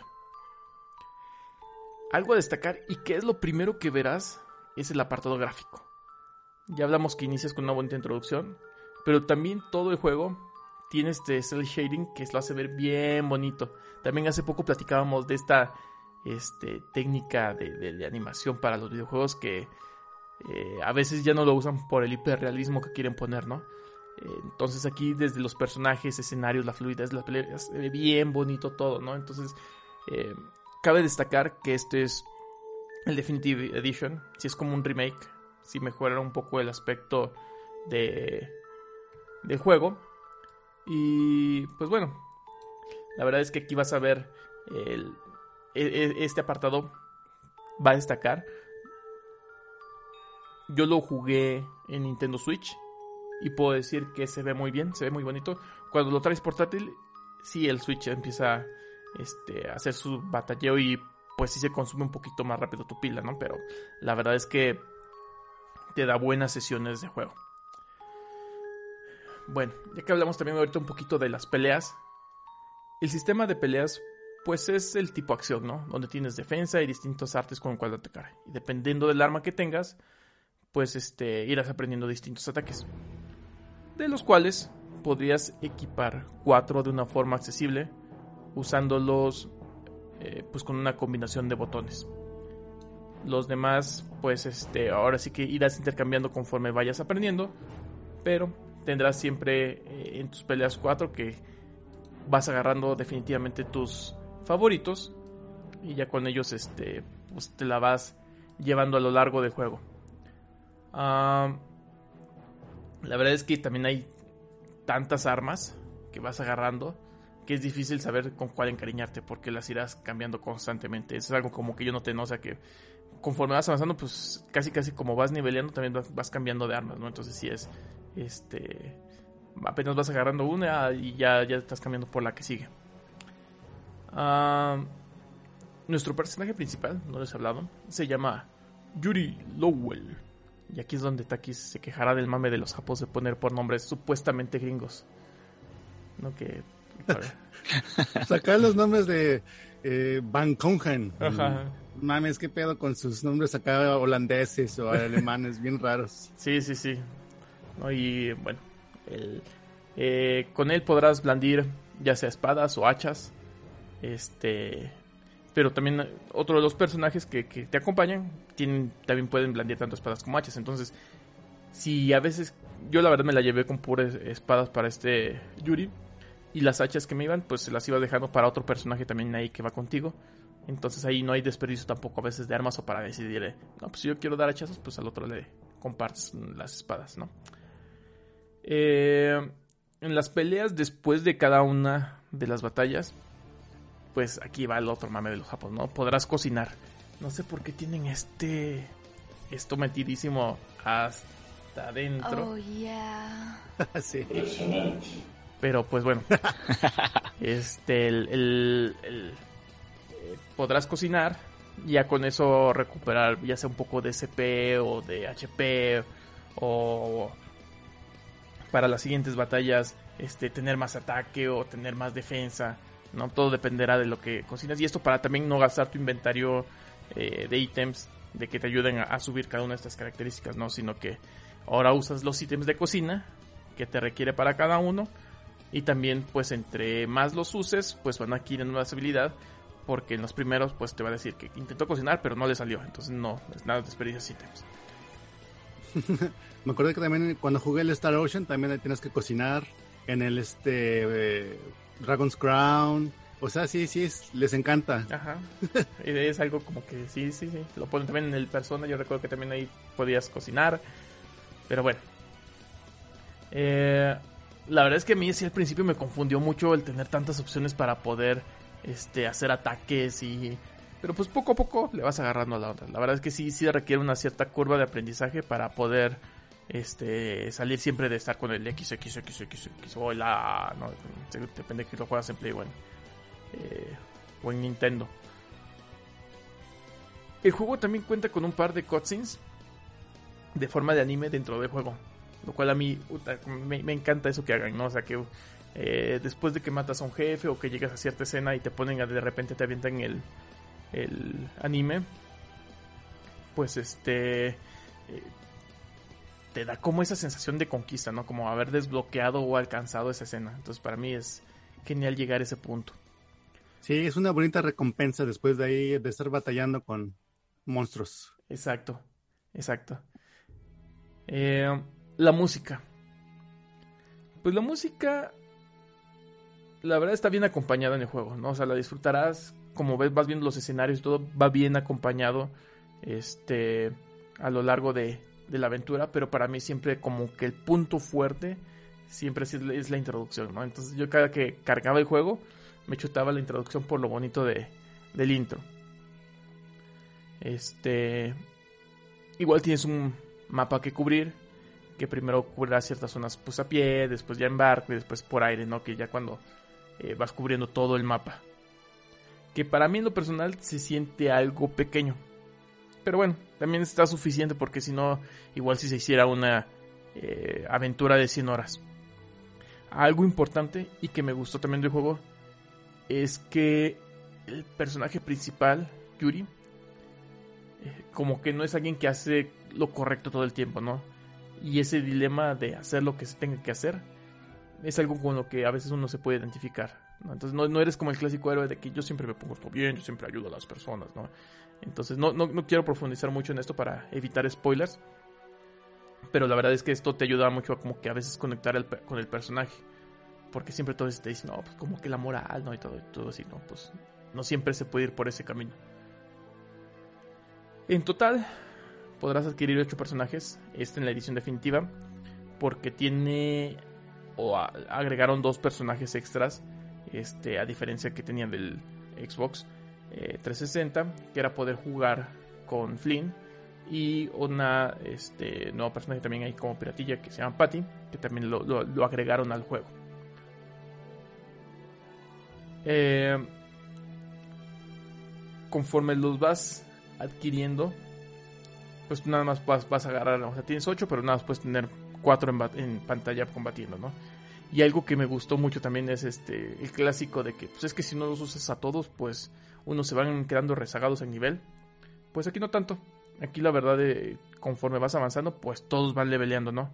S2: Algo a destacar, y que es lo primero que verás, es el apartado gráfico. Ya hablamos que inicias con una bonita introducción, pero también todo el juego tiene este cel shading que lo hace ver bien bonito. También hace poco platicábamos de esta este, técnica de, de, de animación para los videojuegos que Eh, a veces ya no lo usan por el hiperrealismo que quieren poner, ¿no? Eh, entonces aquí desde los personajes, escenarios, la fluidez, la pelea, se ve bien bonito todo, ¿no? Entonces eh, cabe destacar que este es el Definitive Edition, si es como un remake, si mejora un poco el aspecto de del juego. Y pues bueno, la verdad es que aquí vas a ver el, el, este apartado va a destacar. Yo lo jugué en Nintendo Switch y puedo decir que se ve muy bien, se ve muy bonito. Cuando lo traes portátil, sí, el Switch empieza este, a hacer su batalleo y pues sí se consume un poquito más rápido tu pila, ¿no? Pero la verdad es que te da buenas sesiones de juego. Bueno, ya que hablamos también ahorita un poquito de las peleas, el sistema de peleas pues es el tipo acción, ¿no? Donde tienes defensa y distintos artes con el cual atacar. Y dependiendo del arma que tengas, pues este, irás aprendiendo distintos ataques, de los cuales podrías equipar cuatro de una forma accesible, usándolos eh, pues con una combinación de botones. Los demás, pues este, ahora sí que irás intercambiando conforme vayas aprendiendo, pero tendrás siempre eh, en tus peleas cuatro que vas agarrando definitivamente tus favoritos y ya con ellos este, pues te la vas llevando a lo largo del juego. Uh, la verdad es que también hay tantas armas que vas agarrando que es difícil saber con cuál encariñarte porque las irás cambiando constantemente. Eso es algo como que yo noté, ¿no? O sea que conforme vas avanzando, pues casi casi como vas niveleando también vas, vas cambiando de armas, ¿no? Entonces sí es este apenas vas agarrando una y ya, ya estás cambiando por la que sigue. Uh, nuestro personaje principal, no les he hablado, se llama Yuri Lowell. Y aquí es donde Takis se quejará del mame de los japos de poner por nombres supuestamente gringos. No que...
S4: Sacar los nombres de eh, Van Kongen.
S2: Ajá.
S4: Mames, qué pedo con sus nombres acá holandeses o alemanes, bien raros.
S2: Sí, sí, sí. No, y bueno, el, eh, con él podrás blandir ya sea espadas o hachas. Este... Pero también otro de los personajes que, que te acompañan tienen, también pueden blandir tanto espadas como hachas. Entonces, si a veces... Yo la verdad me la llevé con puras espadas para este Yuri. Y las hachas que me iban, pues se las iba dejando para otro personaje también ahí que va contigo. Entonces ahí no hay desperdicio tampoco a veces de armas o para decidir... No, pues si yo quiero dar hachazos, pues al otro le compartes las espadas, ¿no? Eh, en las peleas después de cada una de las batallas, pues aquí va el otro mame de los japos, ¿no? Podrás cocinar. No sé por qué tienen este... esto metidísimo hasta adentro.
S6: Oh, yeah.
S4: Sí.
S2: Pero pues bueno. este, el, el, el, eh, podrás cocinar. Ya con eso recuperar ya sea un poco de C P o de H P. O para las siguientes batallas este, tener más ataque o tener más defensa, ¿no? Todo dependerá de lo que cocinas. Y esto para también no gastar tu inventario eh, de ítems, de que te ayuden a, a subir cada una de estas características, ¿no? Sino que ahora usas los ítems de cocina que te requiere para cada uno. Y también, pues, entre más los uses, pues van adquiriendo más habilidad. Porque en los primeros, pues, te va a decir que intentó cocinar, pero no le salió. Entonces, no, es nada de desperdicias ítems.
S4: Me acuerdo que también cuando jugué el Star Ocean, también ahí tienes que cocinar en el este eh, Dragon's Crown. O sea, sí, sí, es, les encanta.
S2: Ajá. Es algo como que sí, sí, sí. Lo ponen también en el Persona. Yo recuerdo que también ahí podías cocinar. Pero bueno. Eh, la verdad es que a mí sí al principio me confundió mucho el tener tantas opciones para poder este, hacer ataques y... Pero pues poco a poco le vas agarrando a la onda. La verdad es que sí, sí requiere una cierta curva de aprendizaje para poder este, salir siempre de estar con el X, X, X, X, X o el A. No, depende de que lo juegas en Play One eh, o en Nintendo. El juego también cuenta con un par de cutscenes de forma de anime dentro del juego. Lo cual a mí me, me encanta eso que hagan, ¿no? O sea que eh, después de que matas a un jefe o que llegas a cierta escena y te ponen a, de repente te avientan el... el anime, pues este eh, te da como esa sensación de conquista, ¿no? Como haber desbloqueado o alcanzado esa escena. Entonces para mí es genial llegar a ese punto.
S4: Sí, es una bonita recompensa después de ahí de estar batallando con monstruos.
S2: Exacto, exacto. Eh, la música. Pues la música, la verdad está bien acompañada en el juego, ¿no? O sea, la disfrutarás. Como ves, vas viendo los escenarios y todo va bien acompañado este, a lo largo de, de la aventura, pero para mí siempre como que el punto fuerte siempre es, es la introducción, ¿no? Entonces yo cada que cargaba el juego me chutaba la introducción por lo bonito de, del intro. Este, igual tienes un mapa que cubrir, que primero cubrirá ciertas zonas pues a pie, después ya en barco y después por aire, ¿no? Que ya cuando eh, vas cubriendo todo el mapa. Que para mí en lo personal se siente algo pequeño. Pero bueno, también está suficiente porque si no, igual si se hiciera una eh, aventura de cien horas. Algo importante y que me gustó también del juego es que el personaje principal, Yuri, eh, como que no es alguien que hace lo correcto todo el tiempo, ¿no? Y ese dilema de hacer lo que se tenga que hacer es algo con lo que a veces uno se puede identificar, ¿no? Entonces no, no eres como el clásico héroe de que yo siempre me pongo todo bien, yo siempre ayudo a las personas, ¿no? Entonces no, no, no quiero profundizar mucho en esto para evitar spoilers, pero la verdad es que esto te ayuda mucho a como que a veces conectar el, con el personaje, porque siempre todos te dicen, no, pues como que la moral, ¿no? Y todo, y todo así, ¿no? Pues no siempre se puede ir por ese camino. En total podrás adquirir ocho personajes, este en la edición definitiva, porque tiene... o a, agregaron dos personajes extras, este, a diferencia que tenían del Xbox eh, trescientos sesenta, que era poder jugar con Flynn y una este, nueva personaje también hay como piratilla que se llama Patty, que también lo, lo, lo agregaron al juego. Eh, conforme los vas adquiriendo, pues nada más vas, vas a agarrar, o sea, tienes ocho, pero nada más puedes tener cuatro en, en pantalla combatiendo, ¿no? Y algo que me gustó mucho también es este el clásico de que pues es que si no los usas a todos, pues unos se van quedando rezagados en nivel. Pues aquí no tanto. Aquí la verdad de conforme vas avanzando, pues todos van leveleando, ¿no?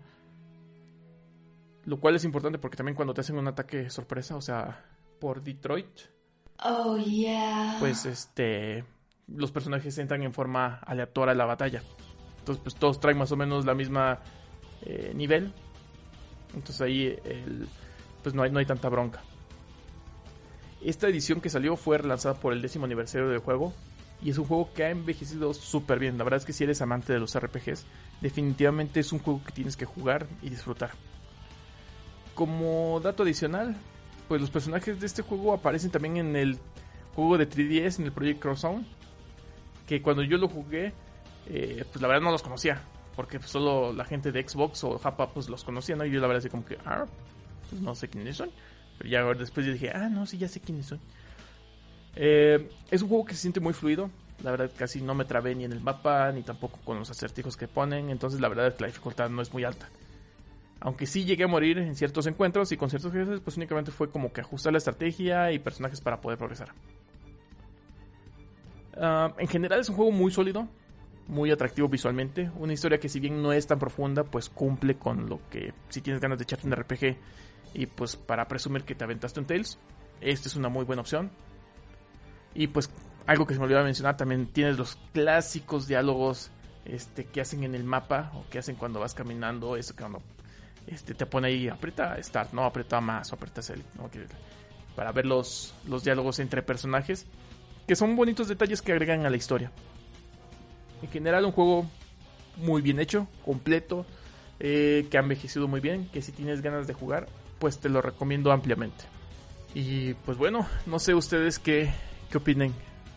S2: Lo cual es importante porque también cuando te hacen un ataque sorpresa, o sea, por Detroit,
S6: Oh, yeah.
S2: pues este los personajes entran en forma aleatoria a la batalla. Entonces pues todos traen más o menos la misma eh, nivel. Entonces ahí el, pues no hay, no hay tanta bronca. Esta edición que salió fue relanzada por el décimo aniversario del juego. Y es un juego que ha envejecido súper bien. La verdad es que si eres amante de los R P Gs, definitivamente es un juego que tienes que jugar y disfrutar. como dato adicional, pues los personajes de este juego aparecen también en el juego de tres D S, en el Project Cross Zone, que cuando yo lo jugué, eh, pues la verdad no los conocía, porque pues, solo la gente de Xbox o Japa pues los conocía, ¿no? Y yo la verdad así como que, ah, pues no sé quiénes son. Pero ya después yo dije, ah, no, sí, ya sé quiénes son. Eh, es un juego que se siente muy fluido. La verdad casi no me trabé ni en el mapa, ni tampoco con los acertijos que ponen. Entonces la verdad es que la dificultad no es muy alta. Aunque sí llegué a morir en ciertos encuentros y con ciertos jefes, pues únicamente fue como que ajustar la estrategia y personajes para poder progresar. Uh, en general es un juego muy sólido, muy atractivo visualmente. Una historia que si bien no es tan profunda, pues cumple con lo que si tienes ganas de echarte un R P G y pues para presumir que te aventaste un Tales, esta es una muy buena opción. Y pues algo que se me olvidó mencionar, también tienes los clásicos diálogos este, que hacen en el mapa o que hacen cuando vas caminando, eso que cuando este, te pone ahí, aprieta Start, no, aprieta más o aprieta Select, ¿no? Que, para ver los, los diálogos entre personajes, que son bonitos detalles que agregan a la historia. En general un juego muy bien hecho, completo, eh, que ha envejecido muy bien, que si tienes ganas de jugar, pues te lo recomiendo ampliamente. Y pues bueno, no sé ustedes qué, qué opinen.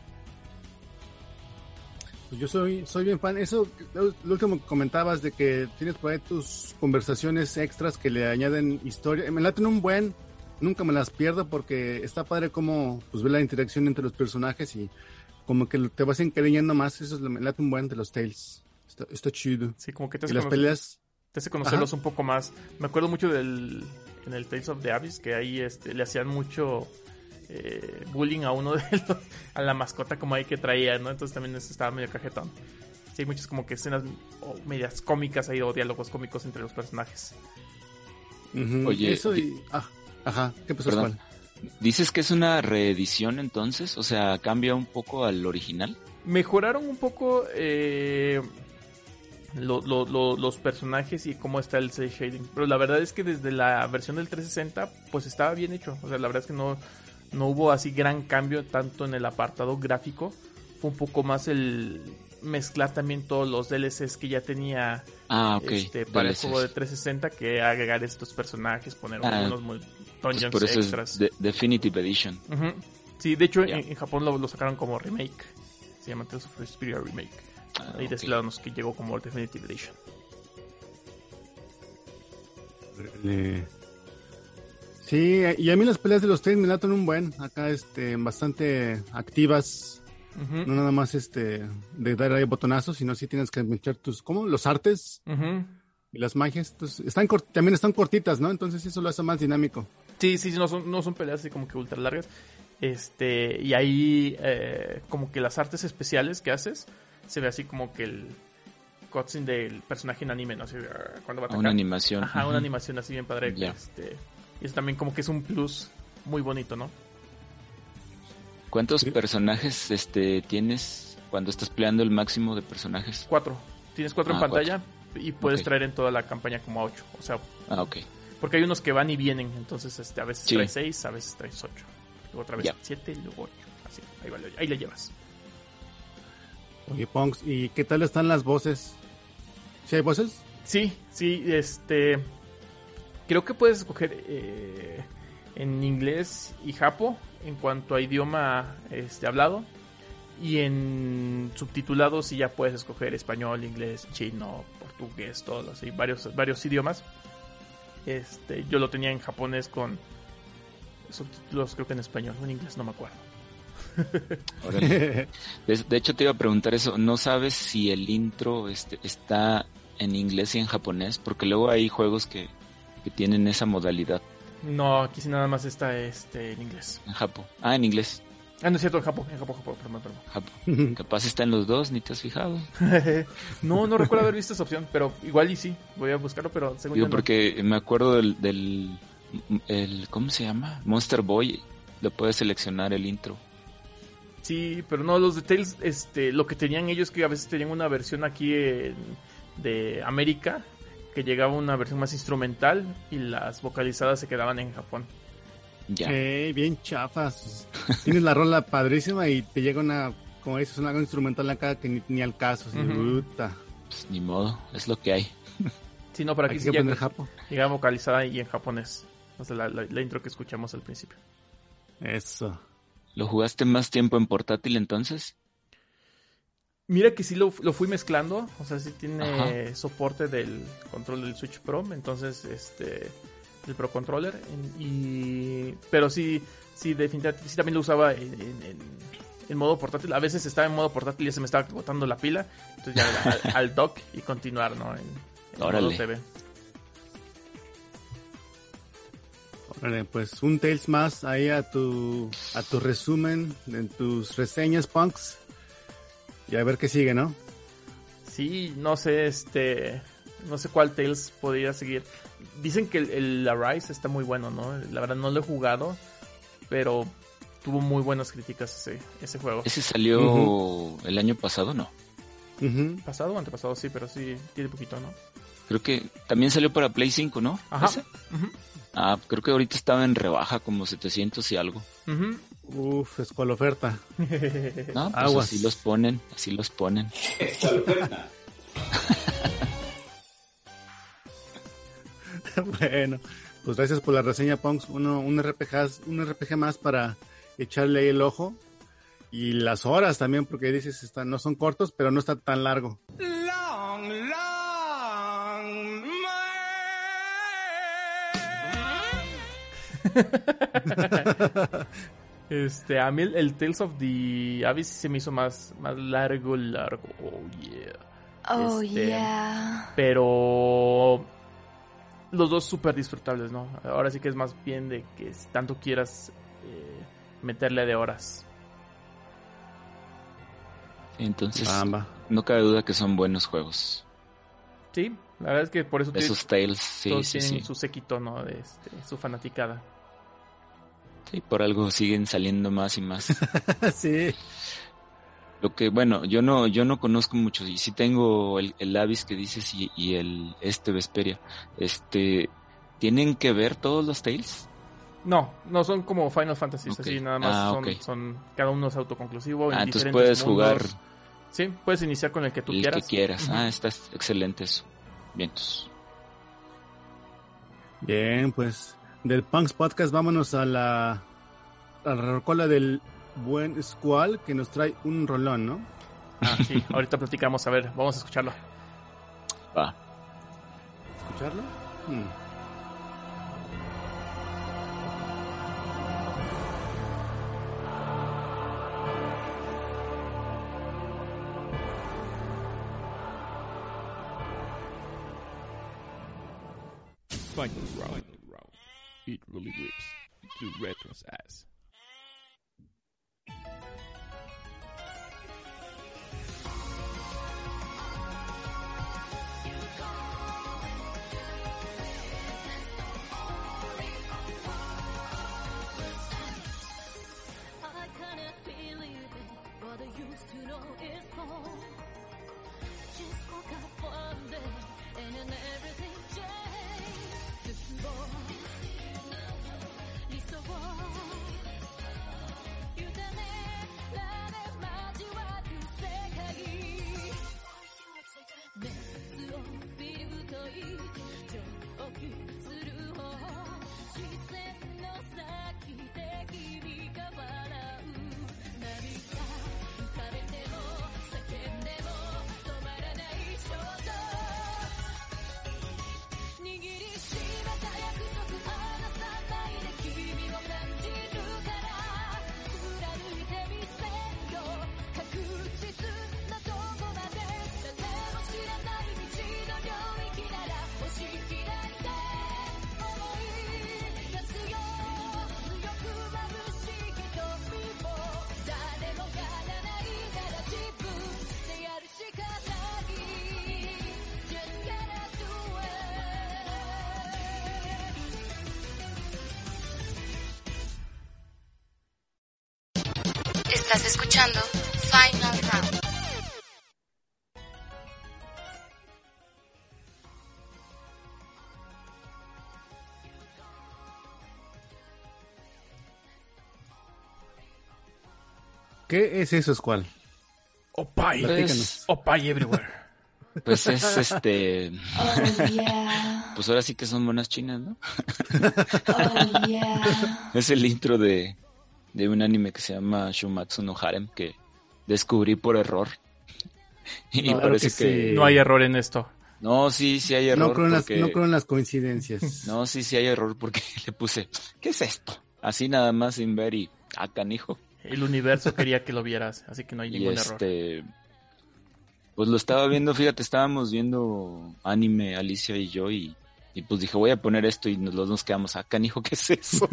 S4: Pues yo soy soy bien fan. Eso, lo, lo último que comentabas de que tienes por ahí tus conversaciones extras que le añaden historia. Me laten un buen, nunca me las pierdo porque está padre como pues ver la interacción entre los personajes y como que te vas encariñando más. Eso me late un buen de los Tales. Está, está chido.
S2: Sí, como que te
S4: y
S2: hace
S4: las
S2: conocer,
S4: peleas.
S2: Te hace conocerlos Ajá. un poco más. Me acuerdo mucho del en el Tales of the Abyss que ahí este, le hacían mucho eh, bullying a uno de los, a la mascota como ahí que traía, ¿no? Entonces también estaba medio cajetón. Sí, hay muchas como que escenas o medias cómicas ahí o diálogos cómicos entre los personajes.
S4: Uh-huh. Oye, eso y... ah, ajá, ¿qué pasó?
S5: Perdón. ¿Dices que es una reedición entonces? O sea, ¿cambia un poco al original?
S2: Mejoraron un poco eh, lo, lo, lo, los personajes y cómo está el cel shading. Pero la verdad es que desde la versión del trescientos sesenta pues estaba bien hecho. O sea, la verdad es que no, no hubo así gran cambio tanto en el apartado gráfico. Fue un poco más el mezclar también todos los D L Cs que ya tenía
S5: ah, okay.
S2: este, para
S5: D L Cs.
S2: el juego de trescientos sesenta, que agregar estos personajes, poner ah, unos muy dungeons
S5: pues por eso
S2: extras.
S5: Es de- Definitive Edition.
S2: Uh-huh. Sí, de hecho
S5: yeah.
S2: en, en Japón lo, lo sacaron como remake. Se llama Tales of Vesperia Remake.
S5: Ah,
S2: Ahí de ese lado nos que llegó como Definitive Edition.
S4: Eh, sí, y a mí las peleas de los Tales me latan un buen. Acá este, bastante activas. Uh-huh. No nada más este de dar ahí botonazos, sino sí tienes que meter tus, ¿cómo? Los artes
S2: uh-huh.
S4: y las magias. Entonces, están cort- también están cortitas, ¿no? Entonces eso lo hace más dinámico.
S2: Sí, sí, sí, no son, no son peleas así como que ultra largas. Este, y ahí eh, como que las artes especiales que haces, se ve así como que el cutscene del personaje en anime, ¿no? Así, cuando va a atacar.
S5: Una animación.
S2: Ajá,
S5: uh-huh.
S2: una animación así bien padre.
S5: Yeah.
S2: Este, y eso también como que es un plus muy bonito, ¿no?
S5: ¿Cuántos
S4: ¿Sí?
S5: personajes este tienes cuando estás peleando el máximo de personajes?
S2: Cuatro. Tienes cuatro
S5: ah,
S2: en pantalla
S5: cuatro.
S2: Y puedes
S5: okay.
S2: traer en toda la campaña como a ocho. O sea,
S5: ah, ok.
S2: Porque hay unos que van y vienen, entonces este, a veces
S5: sí.
S2: traes seis, a veces traes ocho. Luego otra vez
S5: yeah.
S2: siete y luego ocho. Así, ahí, vale, ahí le llevas.
S4: Oye, Punks, ¿y qué tal están las voces? ¿Sí hay voces?
S2: Sí, sí, este... Creo que puedes escoger eh, en inglés y japo en cuanto a idioma este, hablado. Y en subtitulado sí ya puedes escoger español, inglés, chino, portugués, todos así, varios, varios idiomas. Este, yo lo tenía en japonés con subtítulos, creo que en español o en inglés, no me acuerdo.
S5: de, de hecho te iba a preguntar eso, ¿no sabes si el intro este, está en inglés y en japonés? Porque luego hay juegos que, que tienen esa modalidad.
S2: No, aquí sí nada más está este en inglés.
S5: En Japón. Ah, en inglés.
S2: Ah, no es cierto, en Japón, en Japón, Japón, perdón, perdón.
S5: Japón. Capaz está en los dos, ni te has fijado.
S2: no, no recuerdo haber visto esa opción, pero igual y sí, voy a buscarlo, pero según
S5: Digo,
S2: yo no.
S5: porque me acuerdo del, del el, ¿cómo se llama? Monster Boy, lo puedes seleccionar el intro.
S2: Sí, pero no, los details, este, lo que tenían ellos que a veces tenían una versión aquí en, de América, que llegaba una versión más instrumental y las vocalizadas se quedaban en Japón.
S5: Ya.
S4: Hey, bien chafas. Tienes la rola padrísima y te llega una, como dices, una instrumental acá que ni, ni al caso. Así,
S2: uh-huh.
S4: puta.
S5: Pues ni modo, es lo que hay.
S2: Sí, no, pero aquí
S4: Hay
S2: sí
S4: que
S2: llega,
S4: aprender japo.
S2: llega vocalizada y en japonés. O sea, la, la, la intro que escuchamos al principio.
S4: Eso.
S5: ¿Lo jugaste más tiempo en portátil entonces?
S2: Mira que sí lo, lo fui mezclando. O sea, sí tiene
S5: Ajá.
S2: soporte del control del Switch Pro. Entonces, este... el Pro Controller. En, y... Pero sí, sí, definitivamente, sí también lo usaba en, en, en, en modo portátil. A veces estaba en modo portátil y ya se me estaba agotando la pila. Entonces ya al, al dock y continuar, ¿no? En, en
S5: Órale.
S2: modo T V.
S4: Órale, pues un Tales más ahí a tu a tu resumen, en tus reseñas, Punks. Y a ver qué sigue, ¿no?
S2: Sí, no sé, este... no sé cuál Tales podría seguir. Dicen que el, el Arise está muy bueno, ¿no? La verdad no lo he jugado, pero tuvo muy buenas críticas ese, ese juego.
S5: Ese salió uh-huh. el año pasado, ¿no?
S4: Uh-huh.
S2: Pasado o antepasado, sí, pero sí tiene poquito, ¿no?
S5: Creo que también salió para Play cinco, ¿no?
S2: Ajá. Uh-huh.
S5: Ah, creo que ahorita estaba en rebaja, como setecientos y algo.
S2: Uh-huh.
S4: Uf, es cual oferta.
S5: No, pues
S4: Aguas.
S5: así los ponen, así los ponen.
S3: Es cual oferta.
S4: Bueno, pues gracias por la reseña, Punks. Uno, un R P G, un R P G más para echarle ahí el ojo. Y las horas también, porque dices, están, no son cortos, pero no está tan largo.
S8: Long, long,
S2: Este, a mí el, el Tales of the Abyss se me hizo más, más largo, largo. Oh, yeah.
S6: Oh,
S2: Este,
S6: yeah.
S2: Pero los dos súper disfrutables, ¿no? Ahora sí que es más bien de que si tanto quieras eh, meterle de horas.
S5: Entonces,
S4: Bamba.
S5: no cabe duda que son buenos juegos.
S2: Sí, la verdad es que por eso te-
S5: Esos Tales, sí,
S2: todos
S5: sí,
S2: tienen
S5: sí.
S2: su séquito, ¿no? De este, su fanaticada.
S5: Sí, por algo siguen saliendo más y más.
S4: Sí.
S5: Lo que, bueno, yo no, yo no conozco mucho, y sí tengo el, el Abyss que dices y, y el este Vesperia. Este, ¿tienen que ver todos los Tales?
S2: No, no son como Final Fantasy,
S5: Ok.
S2: así nada más
S5: Ah,
S2: son,
S5: ok.
S2: son, cada uno es autoconclusivo. En
S5: Ah, entonces
S2: diferentes
S5: puedes
S2: mundos.
S5: jugar
S2: Sí, puedes iniciar con el que tú
S5: el
S2: quieras.
S5: que quieras.
S2: Ujú.
S5: Ah, está excelente eso. Vientos.
S4: Bien, pues del Punks Podcast vámonos a la, a la rocola del buen Squall que nos trae un rolón, ¿no?
S2: Ah, sí, ahorita platicamos, a ver, vamos a escucharlo.
S5: Va.
S4: ¿Escucharlo? Hmm.
S9: Final round. It really whips to Retro's ass.
S10: I cannot believe it. What I used to know is gone. Just woke up one day and then everything changed. It's more.理想を委ねられ交わる世界。熱をフィルとい蒸気する方。視線の先で君が笑う。涙浮かべても叫んでも止まらない衝動。握りしめた約束離さないで君を感じるから貫いてみせよ確実などこまで誰も知らない道の領域なら押し切らんで思い出すよ強く眩しい瞳も誰もがらないなら自分でやるしかない Just gotta do it
S6: Estás escuchando Final Round.
S4: ¿Qué es eso, Squall?
S2: Opay,
S4: Platícanos.
S2: Opay everywhere.
S5: Pues es este...
S6: Oh, yeah.
S5: Pues ahora sí que son monas chinas, ¿no?
S6: Oh, yeah.
S5: Es el intro de, de un anime que se llama Shumatsu no Harem, que descubrí por error. Y
S1: No,
S5: parece
S4: que
S5: que...
S4: sí.
S1: No hay error en esto.
S5: No, sí, sí hay error.
S4: No creo, en las,
S5: porque...
S4: no creo en las coincidencias.
S5: No, sí, sí hay error porque le puse, ¿qué es esto? Así nada más sin ver y, ah, canijo.
S1: El universo quería que lo vieras, así que no hay
S5: Y
S1: ningún error.
S5: este, pues lo estaba viendo, fíjate, estábamos viendo anime, Alicia y yo, y, y pues dije, voy a poner esto y nos, los dos nos quedamos, ah, canijo, ¿qué es eso?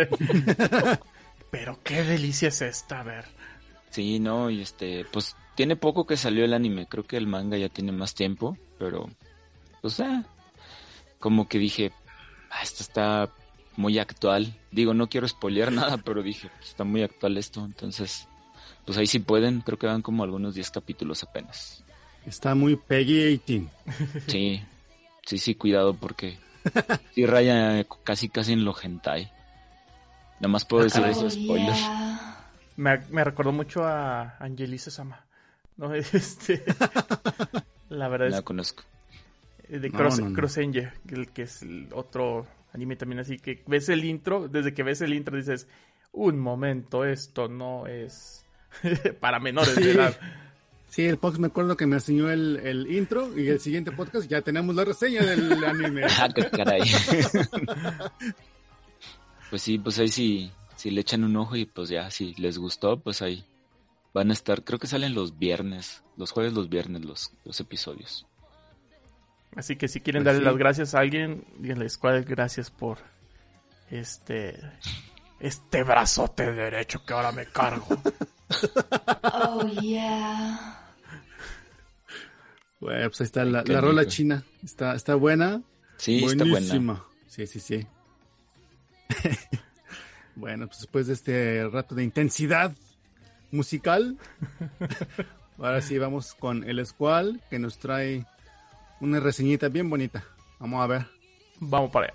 S1: Pero qué delicia es esta, a ver.
S5: Sí, no, y este, pues tiene poco que salió el anime, creo que el manga ya tiene más tiempo, pero, pues, ah, como que dije, ah, esto está muy actual. Digo, no quiero spoilear nada, pero dije, pues, está muy actual esto, entonces, pues ahí sí pueden, creo que van como algunos diez capítulos apenas.
S4: Está muy Peggy dieciocho.
S5: Sí, sí, sí, cuidado porque sí raya casi casi en lo hentai. Nada más puedo decir eso,
S6: Oh,
S5: spoiler.
S6: yeah.
S1: Me, me recordó mucho a Angelisa Sama. No, este... La verdad
S5: No la
S1: es
S5: conozco.
S1: de
S4: No,
S1: Cross,
S4: no, no.
S1: Cross Angel, que, el- que es el otro anime también así que ves el intro, desde que ves el intro dices, un momento, esto no es para menores de
S4: Sí.
S1: edad.
S4: Sí, el Pox me acuerdo que me enseñó el, el intro y el siguiente podcast ya tenemos la reseña del anime.
S5: Ah, qué caray. Pues sí, pues ahí sí, si le echan un ojo y pues ya, si les gustó, pues ahí van a estar, creo que salen los viernes, los jueves, los viernes los, los episodios.
S1: Así que si quieren
S4: Pues
S1: darle
S4: sí.
S1: las gracias a alguien, díganles cuál gracias por este este brazote derecho que ahora me cargo.
S6: Oh, yeah.
S4: Bueno, pues ahí está la,
S5: Qué
S4: la rola
S5: rico.
S4: china. Está, está buena.
S5: Sí, está
S4: Buenísima.
S5: buena.
S4: Sí, sí, sí. Bueno, pues después de este rato de intensidad musical, ahora sí vamos con el Squall, que nos trae una reseñita bien bonita. Vamos a ver.
S1: Vamos para allá.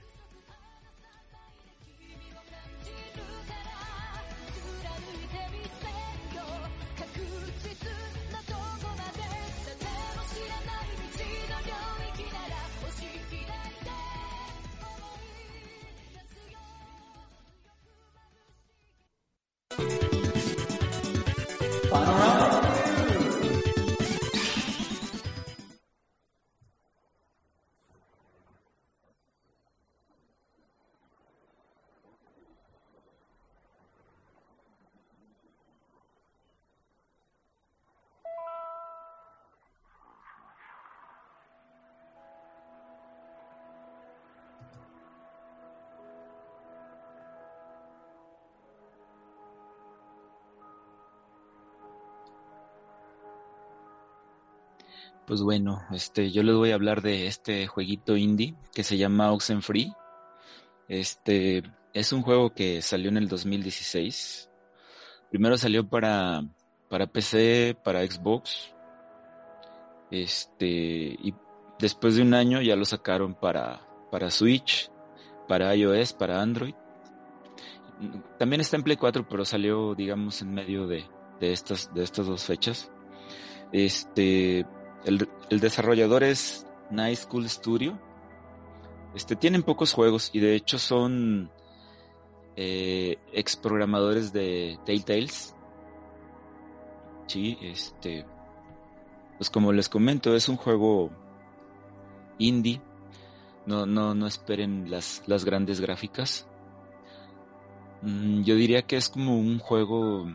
S5: 'Pues bueno, este, yo les voy a hablar de este jueguito indie que se llama Oxenfree. Este, es un juego que salió en el dos mil dieciséis. Primero salió para, para P C, para Xbox. Este, y después de un año ya lo sacaron para, para Switch, para iOS, para Android. También está en Play cuatro, pero salió, digamos, en medio de, de estas, de estas dos fechas. Este, el, el desarrollador es Nice Cool Studio. Este, tienen pocos juegos y de hecho son eh, ex programadores de Telltales. Sí, este, pues como les comento, es un juego indie. No, no, no esperen las, las grandes gráficas. Mm, yo diría que es como un juego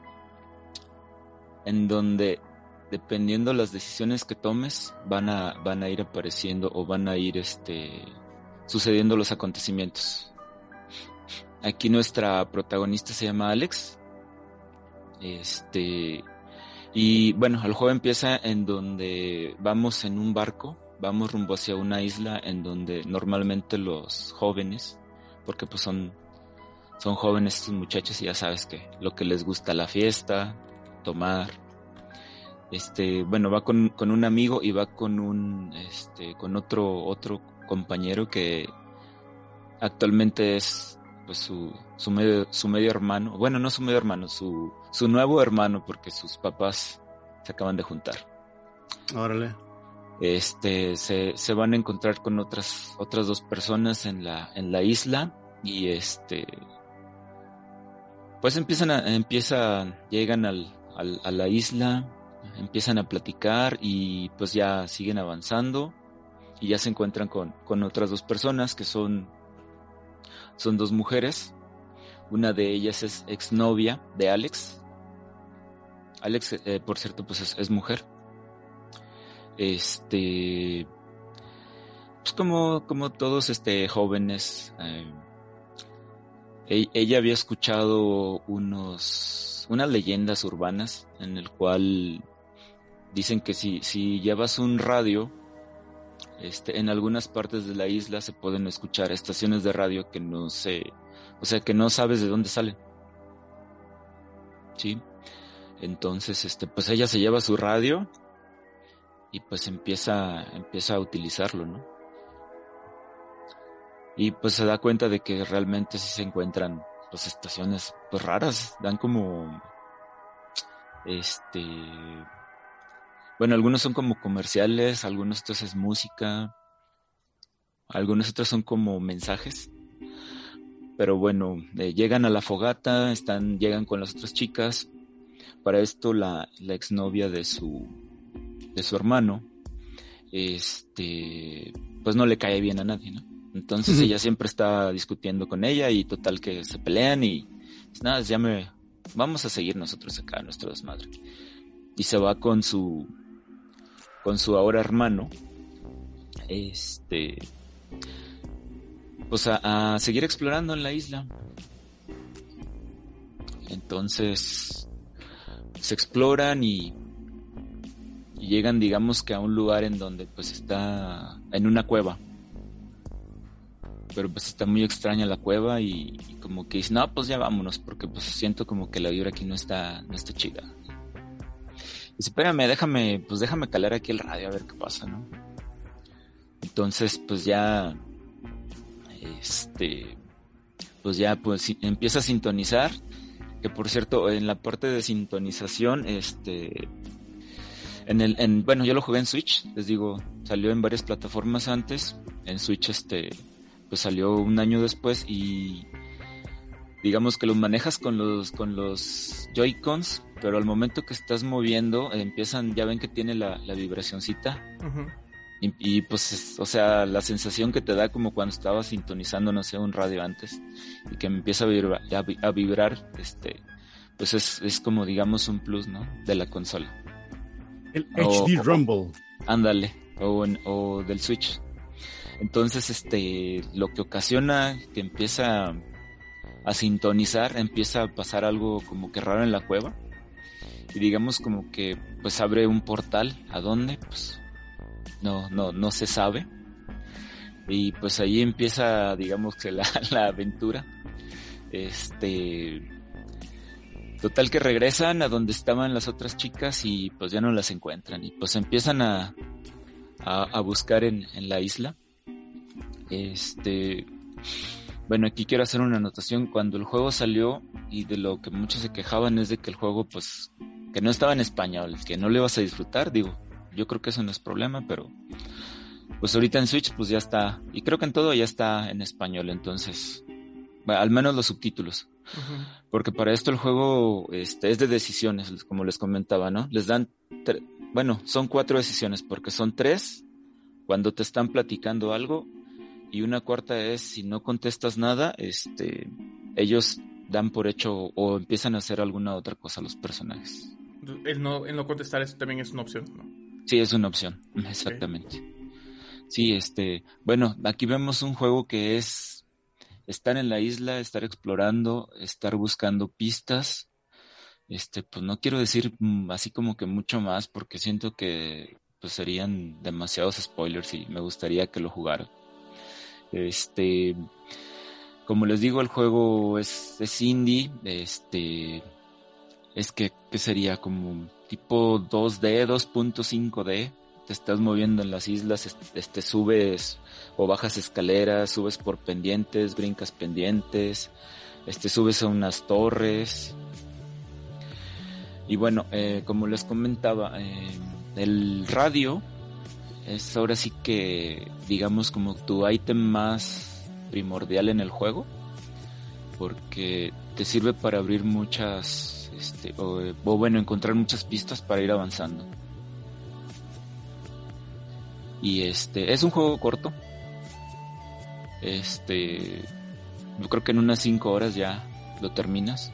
S5: en donde, dependiendo las decisiones que tomes, van a, van a ir apareciendo o van a ir este, sucediendo los acontecimientos. Aquí nuestra protagonista se llama Alex. Este, y bueno, el juego empieza en donde vamos en un barco, vamos rumbo hacia una isla en donde normalmente los jóvenes, porque pues son, son jóvenes estos muchachos y ya sabes que lo que les gusta la fiesta, tomar. Este, bueno, va con, con un amigo y va con un, este, con otro, otro compañero que actualmente es, pues, su, su medio, su medio hermano. Bueno, no su medio hermano, su, su nuevo hermano, porque sus papás se acaban de juntar.
S4: Órale.
S5: este, se, se van a encontrar con otras, otras dos personas en la, en la isla y este, pues empiezan a, empiezan, llegan al, al, a la isla, empiezan a platicar y pues ya siguen avanzando y ya se encuentran con, con otras dos personas que son, son dos mujeres. Una de ellas es exnovia de Alex. Alex, eh, por cierto, pues es, es mujer. Este, pues como, como todos este jóvenes, eh, e- ella había escuchado unos, unas leyendas urbanas en el cual dicen que si, si llevas un radio, este, en algunas partes de la isla se pueden escuchar estaciones de radio que no se, o sea, que no sabes de dónde salen. Sí. Entonces, este, pues ella se lleva su radio y pues empieza, empieza a utilizarlo, ¿no? Y pues se da cuenta de que realmente sí se encuentran pues estaciones pues raras, dan como, este, bueno, algunos son como comerciales, algunos otros es música, algunos otros son como mensajes. Pero bueno, eh, llegan a la fogata, están, llegan con las otras chicas. Para esto la, la exnovia de su, de su hermano, este, pues no le cae bien a nadie, ¿no? Entonces ella siempre está discutiendo con ella y total que se pelean y pues nada, ya me, vamos a seguir nosotros acá, nuestro desmadre. Y se va con su, con su ahora hermano, este, pues a, a seguir explorando en la isla. Entonces se exploran y, y llegan, digamos que a un lugar en donde pues está en una cueva, pero pues está muy extraña la cueva y, y como que dicen, no, pues ya vámonos porque pues siento como que la vibra aquí no está, no está chida. Y dice, espérame, déjame, pues déjame calar aquí el radio a ver qué pasa, ¿no? Entonces pues ya este pues ya pues empieza a sintonizar, que por cierto en la parte de sintonización este en el en bueno yo lo jugué en Switch, les digo, salió en varias plataformas antes, en Switch este pues salió un año después y digamos que lo manejas con los con los Joy-Cons, pero al momento que estás moviendo empiezan, ya ven que tiene la, la vibracioncita. Uh-huh. Y, y pues, es, o sea, la sensación que te da como cuando estabas sintonizando, no sé, un radio antes, y que me empieza a vibrar, a, a vibrar este, pues es, es como, digamos, un plus, ¿no? De la consola.
S4: El o, H D Rumble.
S5: Ándale, o, o del Switch. Entonces, este, lo que ocasiona que empieza a sintonizar, empieza a pasar algo como que raro en la cueva, y digamos como que, pues abre un portal, ¿a dónde? Pues no, no, no se sabe. Y pues ahí empieza, digamos que la, la aventura. Este, total que regresan a donde estaban las otras chicas y pues ya no las encuentran. Y pues empiezan a, a, a buscar en, en la isla. Este, bueno, aquí quiero hacer una anotación. Cuando el juego salió, y de lo que muchos se quejaban es de que el juego, pues, que no estaba en español, que no le ibas a disfrutar, digo. Yo creo que eso no es problema, pero pues ahorita en Switch pues ya está, y creo que en todo ya está en español, entonces, bueno, al menos los subtítulos. Uh-huh. Porque para esto el juego este, es de decisiones, como les comentaba, ¿no? Les dan, tre- bueno, son cuatro decisiones, porque son tres cuando te están platicando algo, y una cuarta es si no contestas nada, este, ellos dan por hecho o empiezan a hacer alguna otra cosa los personajes.
S2: El no, el no contestar eso también es una opción, ¿no?
S5: Sí, es una opción, exactamente. Okay. Sí, este, bueno, aquí vemos un juego que es estar en la isla, estar explorando, estar buscando pistas. Este, pues no quiero decir así como que mucho más porque siento que pues serían demasiados spoilers y me gustaría que lo jugara. Este, como les digo, el juego es, es indie, este, es que, que sería como tipo dos D, dos punto cinco D, te estás moviendo en las islas, este, subes o bajas escaleras, subes por pendientes, brincas pendientes, este, subes a unas torres. Y bueno, eh, como les comentaba, eh, el radio es ahora sí que, digamos, como tu ítem más primordial en el juego, porque te sirve para abrir muchas, este, o, o bueno, encontrar muchas pistas para ir avanzando. Y este, es un juego corto. Este, yo creo que en unas cinco horas ya lo terminas.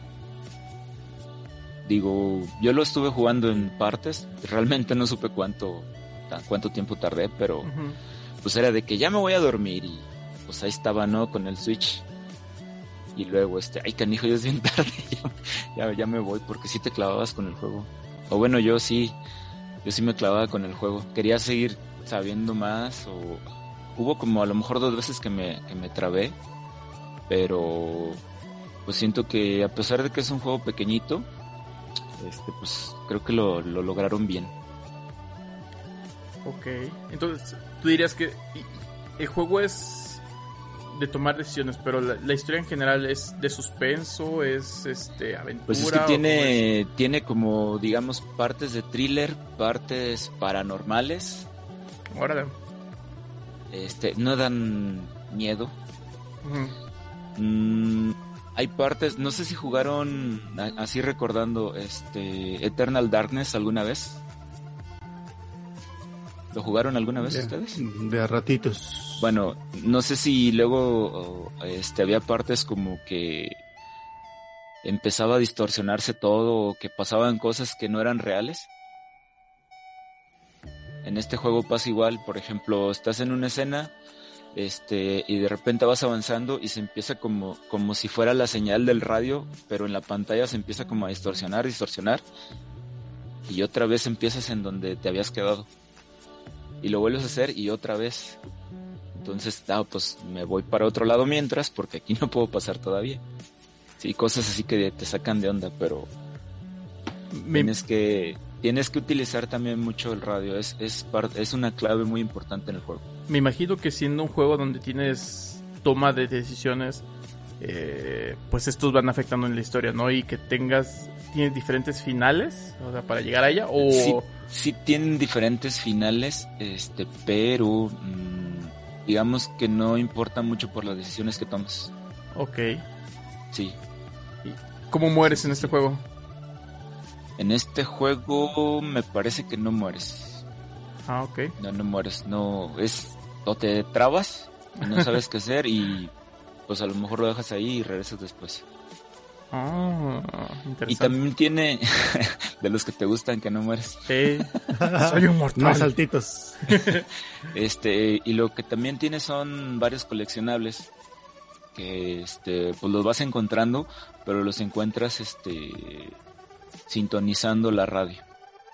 S5: Digo, yo lo estuve jugando en partes, realmente no supe cuánto, cuánto tiempo tardé, pero uh-huh. pues era de que ya me voy a dormir y pues ahí estaba, ¿no? Con el Switch. Y luego, este, ay canijo, ya es bien tarde, ya, ya, ya me voy, porque sí te clavabas con el juego. O bueno, yo sí, yo sí me clavaba con el juego. Quería seguir sabiendo más, o hubo como a lo mejor dos veces que me, que me trabé, pero pues siento que a pesar de que es un juego pequeñito, este, pues creo que lo, lo lograron bien.
S2: Ok, entonces tú dirías que el juego es de tomar decisiones, pero la, la historia en general es de suspenso, es este aventura.
S5: Pues es que tiene, tiene como, digamos, partes de thriller, partes paranormales.
S2: Órale.
S5: Este, no dan miedo. Uh-huh. Mm, hay partes, no sé si jugaron, así recordando, este, Eternal Darkness alguna vez. ¿Lo jugaron alguna vez
S4: de,
S5: ustedes?
S4: De a ratitos.
S5: Bueno, no sé si luego este, había partes como que empezaba a distorsionarse todo, o que pasaban cosas que no eran reales. En este juego pasa igual, por ejemplo, estás en una escena, este, y de repente vas avanzando y se empieza como, como si fuera la señal del radio, pero en la pantalla se empieza como a distorsionar, distorsionar, y otra vez empiezas en donde te habías quedado. Y lo vuelves a hacer y otra vez. Entonces, ah, pues me voy para otro lado mientras, porque aquí no puedo pasar todavía. Sí, cosas así que te sacan de onda, pero Me... tienes que tienes que utilizar también mucho el radio. Es es part, es una clave muy importante en el juego.
S2: Me imagino que siendo un juego donde tienes toma de decisiones, eh, pues estos van afectando en la historia, ¿no? Y que tengas tienes diferentes finales, o sea, para llegar a ella, o
S5: sí, sí tienen diferentes finales, este, pero mmm, digamos que no importa mucho por las decisiones que tomes.
S2: Ok.
S5: Sí.
S2: ¿Cómo mueres en este juego?
S5: En este juego me parece que no mueres.
S2: Ah, ok. No,
S5: no mueres, no, es, o te trabas, y no sabes qué hacer y pues a lo mejor lo dejas ahí y regresas después.
S2: Ah, interesante.
S5: Y también tiene de los que te gustan que no mueres.
S2: Sí. Soy un mortal.
S4: Más saltitos.
S5: Este, y lo que también tiene son varios coleccionables que este pues los vas encontrando, pero los encuentras este sintonizando la radio.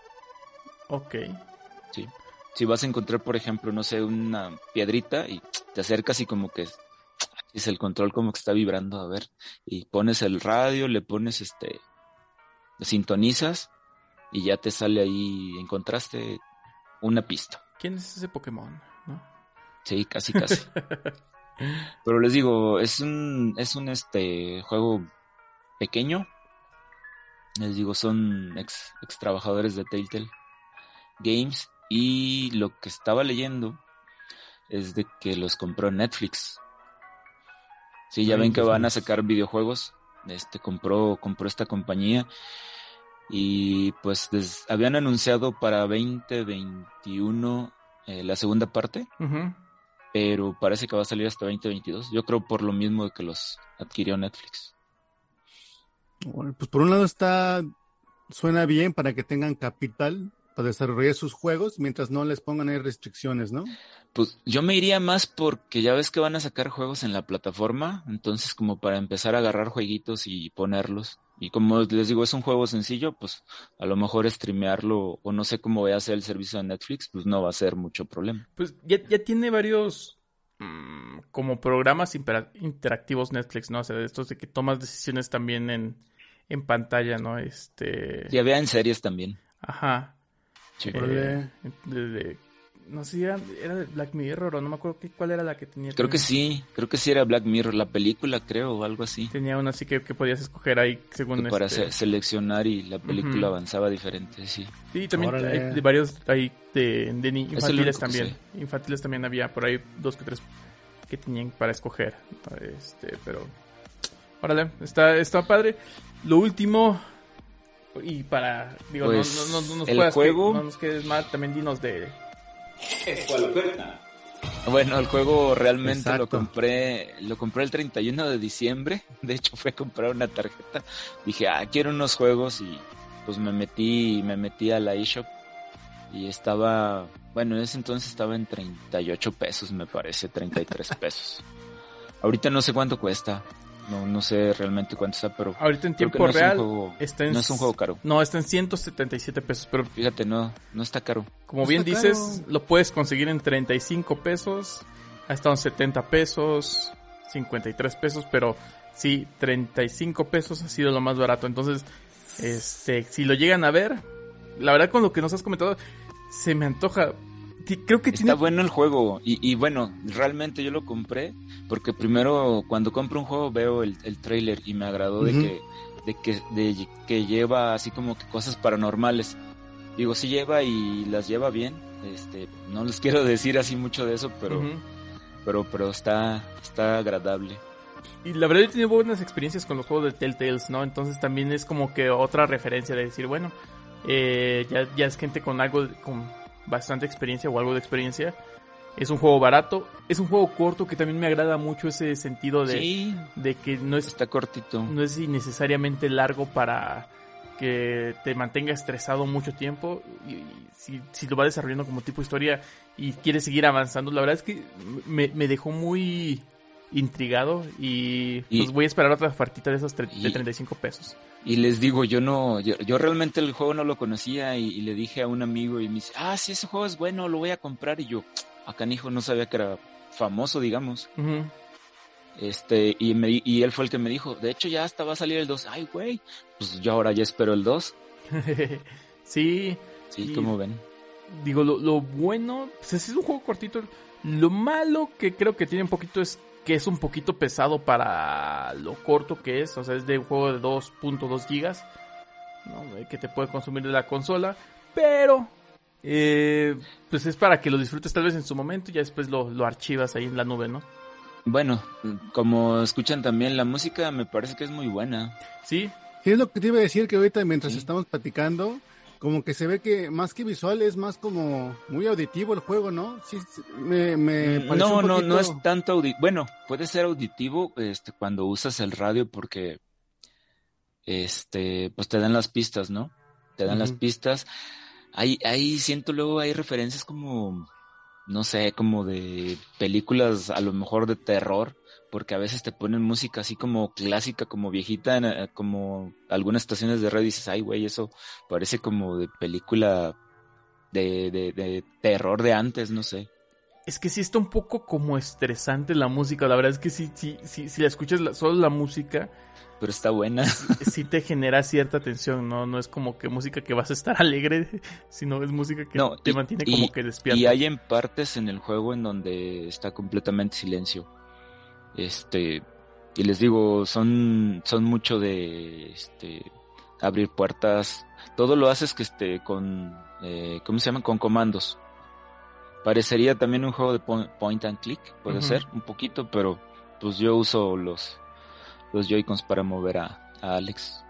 S2: Ok.
S5: Sí. Si vas a encontrar, por ejemplo, no sé, una piedrita y te acercas y como que es el control como que está vibrando, a ver, y pones el radio, le pones este, sintonizas y ya te sale ahí, encontraste una pista.
S2: ¿Quién es ese Pokémon? ¿No?
S5: Sí, casi, casi. Pero les digo, es un, es un este juego pequeño. Les digo, son ex, ex trabajadores de Telltale Games, y lo que estaba leyendo es de que los compró Netflix. Sí, ya ven que van a sacar videojuegos. Este compró compró esta compañía y pues des, habían anunciado para veinte veintiuno eh, la segunda parte, uh-huh. pero parece que va a salir hasta veinte veintidós. Yo creo por lo mismo de que los adquirió Netflix.
S4: Bueno, pues por un lado está suena bien para que tengan capital para desarrollar sus juegos mientras no les pongan ahí restricciones, ¿no?
S5: Pues yo me iría más porque ya ves que van a sacar juegos en la plataforma, entonces como para empezar a agarrar jueguitos y ponerlos. Y como les digo, es un juego sencillo, pues a lo mejor streamearlo, o no sé cómo vaya a ser el servicio de Netflix, pues no va a ser mucho problema.
S2: Pues ya, ya tiene varios mmm, como programas impera- interactivos Netflix, ¿no? O sea, de estos de que tomas decisiones también en, en pantalla, ¿no? Este...
S5: Ya vea en series también.
S2: Ajá.
S5: Sí.
S2: Eh, de, de,
S1: no sé si era, era de Black Mirror o no me acuerdo qué, cuál era la que tenía.
S5: Creo que sí, creo que sí era Black Mirror, la película creo o algo así.
S1: Tenía una así que, que podías escoger ahí según
S5: Que para
S1: este...
S5: se- seleccionar y la película
S1: Ujú.
S5: avanzaba diferente, sí.
S1: Sí, también
S4: Órale.
S1: hay de varios ahí de, de ni-
S5: Es el
S1: infantiles
S5: único que
S1: también. Infantiles también había por ahí dos que tres que tenían para escoger. Este, pero órale, está, está padre. Lo último y para digo
S5: Pues,
S1: no, no, no, no nos
S5: el
S1: puedas que-
S5: juego-
S1: no nos quedes mal, también dinos de
S3: ¿Es cuál oferta?
S5: Bueno, el juego realmente lo
S4: Exacto.
S5: compré, lo compré el treinta y uno de diciembre. De hecho, fui a comprar una tarjeta. Dije, ah, quiero unos juegos y pues me metí, me metí a la eShop y estaba, bueno, en ese entonces estaba en treinta y ocho pesos, me parece, treinta y tres pesos. Ahorita no sé cuánto cuesta. No, no sé realmente cuánto está, pero
S1: ahorita en
S5: creo que
S1: tiempo
S5: no es un
S1: real
S5: juego-
S1: está en
S5: no es un juego caro.
S1: No, está en ciento setenta y siete pesos, pero
S5: Fíjate, no, no está caro.
S1: como
S4: No
S1: bien
S4: está
S1: dices,
S4: caro.
S1: lo puedes conseguir en treinta y cinco pesos, ha estado en setenta pesos, cincuenta y tres pesos, pero sí, treinta y cinco pesos ha sido lo más barato. Entonces, este, si lo llegan a ver, la verdad con lo que nos has comentado, se me antoja. Ti- Creo que
S5: Está
S1: tiene...
S5: bueno el juego y, y bueno, realmente yo lo compré porque primero cuando compro un juego veo el, el trailer y me agradó de
S4: Ujú.
S5: que de que de que lleva así como que cosas paranormales. Digo, sí lleva y las lleva bien. Este, no les quiero decir así mucho de eso, pero
S1: Ujú.
S5: pero pero está está agradable.
S1: Y la verdad he tenido buenas experiencias con los juegos de Telltales, ¿no? Entonces también es como que otra referencia de decir, bueno, eh, ya, ya es gente con algo, con bastante experiencia o algo de experiencia. Es un juego barato, es un juego corto que también me agrada mucho ese sentido de,
S5: Sí,
S1: de que no es,
S5: está cortito.
S1: no es innecesariamente largo para que te mantenga estresado mucho tiempo. Y, y si, si lo va desarrollando como tipo historia y quieres seguir avanzando, la verdad es que me, me dejó muy intrigado y,
S5: Y-
S1: pues voy a esperar otra ofertita de esos tre- de
S5: y-
S1: treinta y cinco pesos.
S5: Y les digo, yo no, yo, yo realmente el juego no lo conocía y, y le dije a un amigo y me dice, ah, sí, ese juego es bueno, lo voy a comprar. Y yo, acá canijo, no sabía que era famoso, digamos.
S1: Ujú.
S5: Este, y me, y él fue el que me dijo, de hecho ya hasta va a salir el dos. Ay, güey, pues yo ahora ya espero el dos.
S1: Sí,
S5: Sí,
S1: Y-
S5: como ven.
S1: digo, lo, lo bueno, pues es un juego cortito. Lo malo que creo que tiene un poquito es que es un poquito pesado para lo corto que es. O sea, es de un juego de dos punto dos gigas, ¿no? Eh, que te puede consumir de la consola. Pero, eh, pues es para que lo disfrutes tal vez en su momento y ya después lo, lo archivas ahí en la nube, ¿no?
S5: Bueno, como escuchan también, la música me parece que es muy buena.
S1: Sí,
S4: Sí, es lo que te iba a decir, que ahorita mientras
S5: Sí.
S4: estamos platicando, como que se ve que más que visual es más como muy auditivo el juego, ¿no? Sí, sí, me, me
S5: Mm,
S4: pareció
S5: No,
S4: un
S5: no, no
S4: poquito-
S5: es tanto auditivo. Bueno, puede ser auditivo este, cuando usas el radio porque este, pues te dan las pistas, ¿no? Te dan las
S4: Ujú.
S5: pistas. Ahí, ahí siento luego hay referencias como, no sé, como de películas a lo mejor de terror, porque a veces te ponen música así como clásica, como viejita, en, eh, como algunas estaciones de radio y dices, ay, güey, eso parece como de película de, de, de terror de antes, no sé.
S1: es que sí está un poco como estresante la música. La verdad es que sí, sí, sí, si la escuchas la- solo la música,
S5: Pero está buena.
S1: sí te genera cierta tensión, ¿no? No es como que música que vas a estar alegre, sino es música que
S5: No,
S1: te
S5: y-
S1: mantiene
S5: y-
S1: como que despierto.
S5: Y hay en partes en el juego en donde está completamente silencio. Este, y les digo, son, son mucho de, este, abrir puertas. Todo lo haces que esté con, eh, ¿cómo se llama? Con comandos. Parecería también un juego de po- point and click, puede
S1: Ujú.
S5: ser, un poquito, pero pues yo uso los, los Joy-Cons para mover a, a Alex.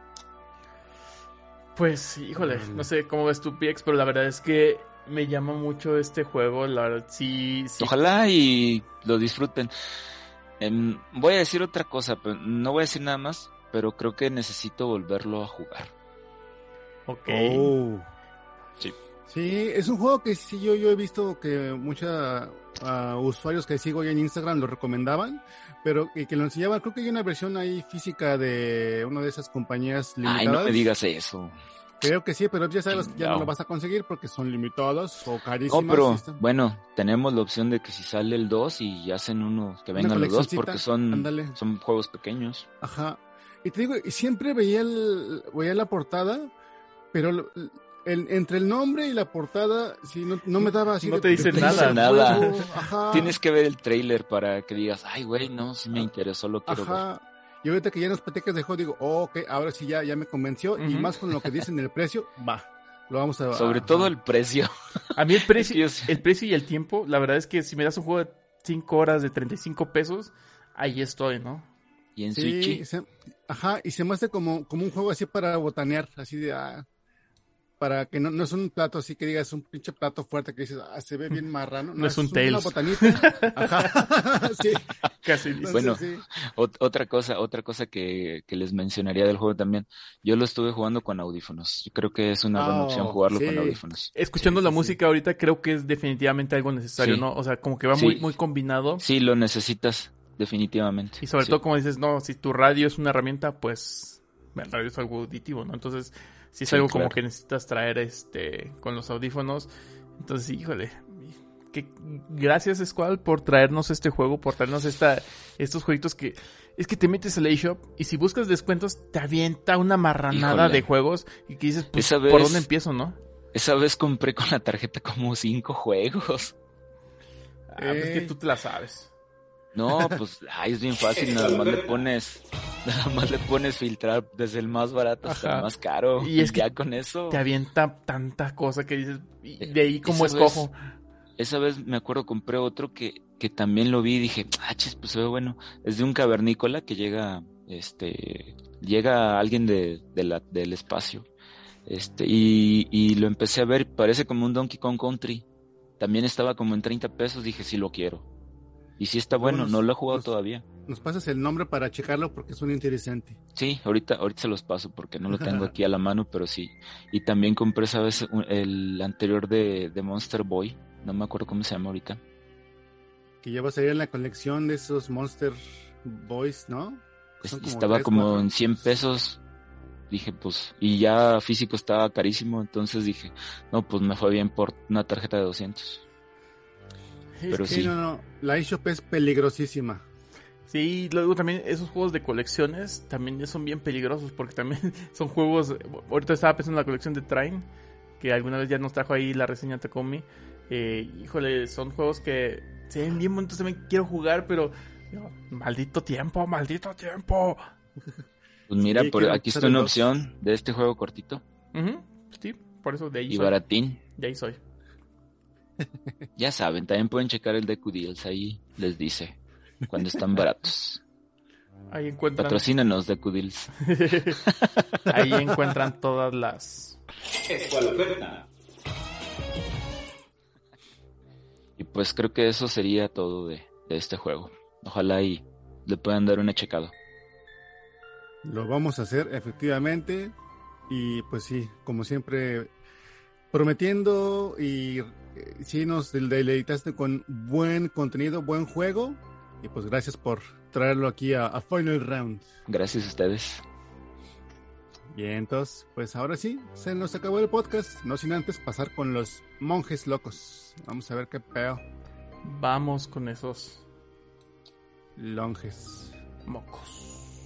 S1: Pues, híjole,
S4: Mm.
S1: no sé cómo ves tu P X, pero la verdad es que me llama mucho este juego. La verdad, sí, sí.
S5: Ojalá y lo disfruten. Em, voy a decir otra cosa, pero no voy a decir nada más, pero creo que necesito volverlo a jugar.
S1: Ok.
S4: Oh.
S5: Sí.
S4: Sí, es un juego que sí yo, yo he visto que muchos usuarios que sigo ahí en Instagram lo recomendaban, pero que, que lo enseñaban. Creo que hay una versión ahí física de una de esas compañías limitadas.
S5: Ay, no me digas eso.
S4: Creo que sí, pero ya sabes que ya no
S5: No.
S4: lo vas a conseguir porque son limitadas o carísimas.
S5: No, pero
S4: y están-
S5: bueno, tenemos la opción de que si sale el dos y hacen uno, que
S4: Una
S5: vengan los dos,
S4: coleccioncita,
S5: porque son,
S4: ándale.
S5: son juegos pequeños.
S4: Ajá. Y te digo, y siempre veía el, veía la portada, pero lo- el, entre el nombre y la portada, sí, no, no me daba así.
S1: No
S4: de-
S1: te dicen
S4: de-
S1: nada.
S5: nada.
S4: juego, ajá,
S5: Tienes que ver el trailer para que digas, ay, güey, no, sí me interesó, lo quiero ver.
S4: ajá. Y ahorita que ya nos platicas de juego, digo, oh, ok, ahora sí ya, ya me convenció. Y
S1: Ujú.
S4: más con lo que dicen el precio, va, lo vamos a...
S5: Sobre
S4: a-
S5: todo el precio.
S1: A mí el precio,
S5: Dios.
S1: el precio y el tiempo, la verdad es que si me das un juego de cinco horas de treinta y cinco pesos, ahí estoy, ¿no?
S5: Y en
S4: Sí,
S5: Switch,
S4: se- ajá, y se me hace como, como un juego así para botanear, así de, ah, para que no, no es un plato así que digas, un pinche plato fuerte que dices, ah, se ve bien marrano.
S1: No es un
S4: una
S1: Tales.
S4: botanita. Ajá, sí.
S1: Casi.
S4: Entonces,
S5: Bueno,
S4: sí.
S5: ot- otra cosa, otra cosa que, que les mencionaría del juego también, yo lo estuve jugando con audífonos. Yo creo que es una buena
S4: Oh,
S5: opción jugarlo
S4: sí.
S5: con audífonos.
S1: Escuchando
S4: Sí,
S1: la
S4: sí,
S1: música ahorita creo que es definitivamente algo necesario,
S5: Sí.
S1: ¿no? O sea, como que va
S5: Sí.
S1: muy, muy combinado.
S5: Sí, lo necesitas, definitivamente.
S1: Y sobre
S5: Sí.
S1: todo, como dices, no, si tu radio es una herramienta, pues el radio es algo auditivo, ¿no? Entonces, si es
S5: Sí,
S1: algo como
S5: claro.
S1: que necesitas traer este con los audífonos, entonces, híjole, que gracias Squall por traernos este juego, por traernos esta estos jueguitos que es que te metes al eShop y si buscas descuentos te avienta una marranada
S5: Híjole.
S1: de juegos y que dices, pues,
S5: Esa
S1: ¿por
S5: vez-
S1: dónde empiezo, no?
S5: Esa vez compré con la tarjeta como cinco juegos.
S1: Ah, pues es que
S4: Ey.
S1: tú te la sabes.
S5: No, pues, ay, es bien fácil, nada más le pones, nada más le pones filtrar desde el más barato hasta
S1: Ajá.
S5: el más caro.
S1: Y
S5: Y,
S1: es que
S5: ya con eso.
S1: Te avienta tanta cosa que dices, y de ahí como
S5: Eh, Esa vez-
S1: escojo.
S5: Esa vez me acuerdo compré otro que, que también lo vi y dije, ah, chis, pues se ve bueno. Es de un cavernícola que llega, este, llega alguien de, de la, del espacio. Este, y, y lo empecé a ver, parece como un Donkey Kong Country. También estaba como en treinta pesos, dije, sí lo quiero. Y sí está bueno,
S4: Nos-
S5: no lo he jugado
S4: nos-
S5: todavía.
S4: Nos pasas el nombre para checarlo porque suena interesante.
S5: Sí, ahorita, ahorita se los paso porque no lo tengo aquí a la mano, pero sí. Y también compré, ¿sabes? Un- El anterior de, de Monster Boy. No me acuerdo cómo se llama ahorita.
S4: Que ya va a salir en la colección de esos Monster Boys, ¿no?
S5: Es-
S4: Son como
S5: Estaba
S4: tres,
S5: como
S4: cuatro.
S5: en cien pesos. Dije, pues, y ya físico estaba carísimo. Entonces dije, no, pues me fue bien por una tarjeta de doscientos. Pero
S4: Sí,
S5: sí.
S4: no, no. La eShop es peligrosísima.
S1: Sí, luego también esos juegos de colecciones también son bien peligrosos porque también son juegos, ahorita estaba pensando en la colección de Train, que alguna vez ya nos trajo ahí la reseña Takumi. Eh, híjole, son juegos que se ven bien bonitos, también quiero jugar, pero no, maldito tiempo, maldito tiempo.
S5: Pues mira,
S4: Sí,
S5: por,
S4: quiero
S5: aquí
S4: empezar
S5: está
S4: el
S5: una
S4: dos.
S5: opción de este juego cortito
S1: Ujú, sí, por eso de ahí
S5: y
S1: soy.
S5: baratín.
S1: De ahí soy.
S5: Ya saben, también pueden checar el Deku Deals. Ahí les dice cuando están baratos.
S1: Ahí encuentran,
S5: Patrocínanos, Deku Deals.
S1: ahí encuentran todas las...
S3: Escuela Oferta.
S5: Y pues creo que eso sería todo de, de este juego. Ojalá y le puedan dar una checada.
S4: Lo vamos a hacer efectivamente. Y pues sí, como siempre, prometiendo y eh, sí nos deleitaste con buen contenido, buen juego. Y pues gracias por traerlo aquí a, a Final Round.
S5: Gracias a ustedes.
S4: Bien, entonces, pues ahora sí, se nos acabó el podcast. No sin antes pasar con los monjes locos. Vamos a ver qué peo.
S1: Vamos con esos
S4: Longes.
S1: mocos.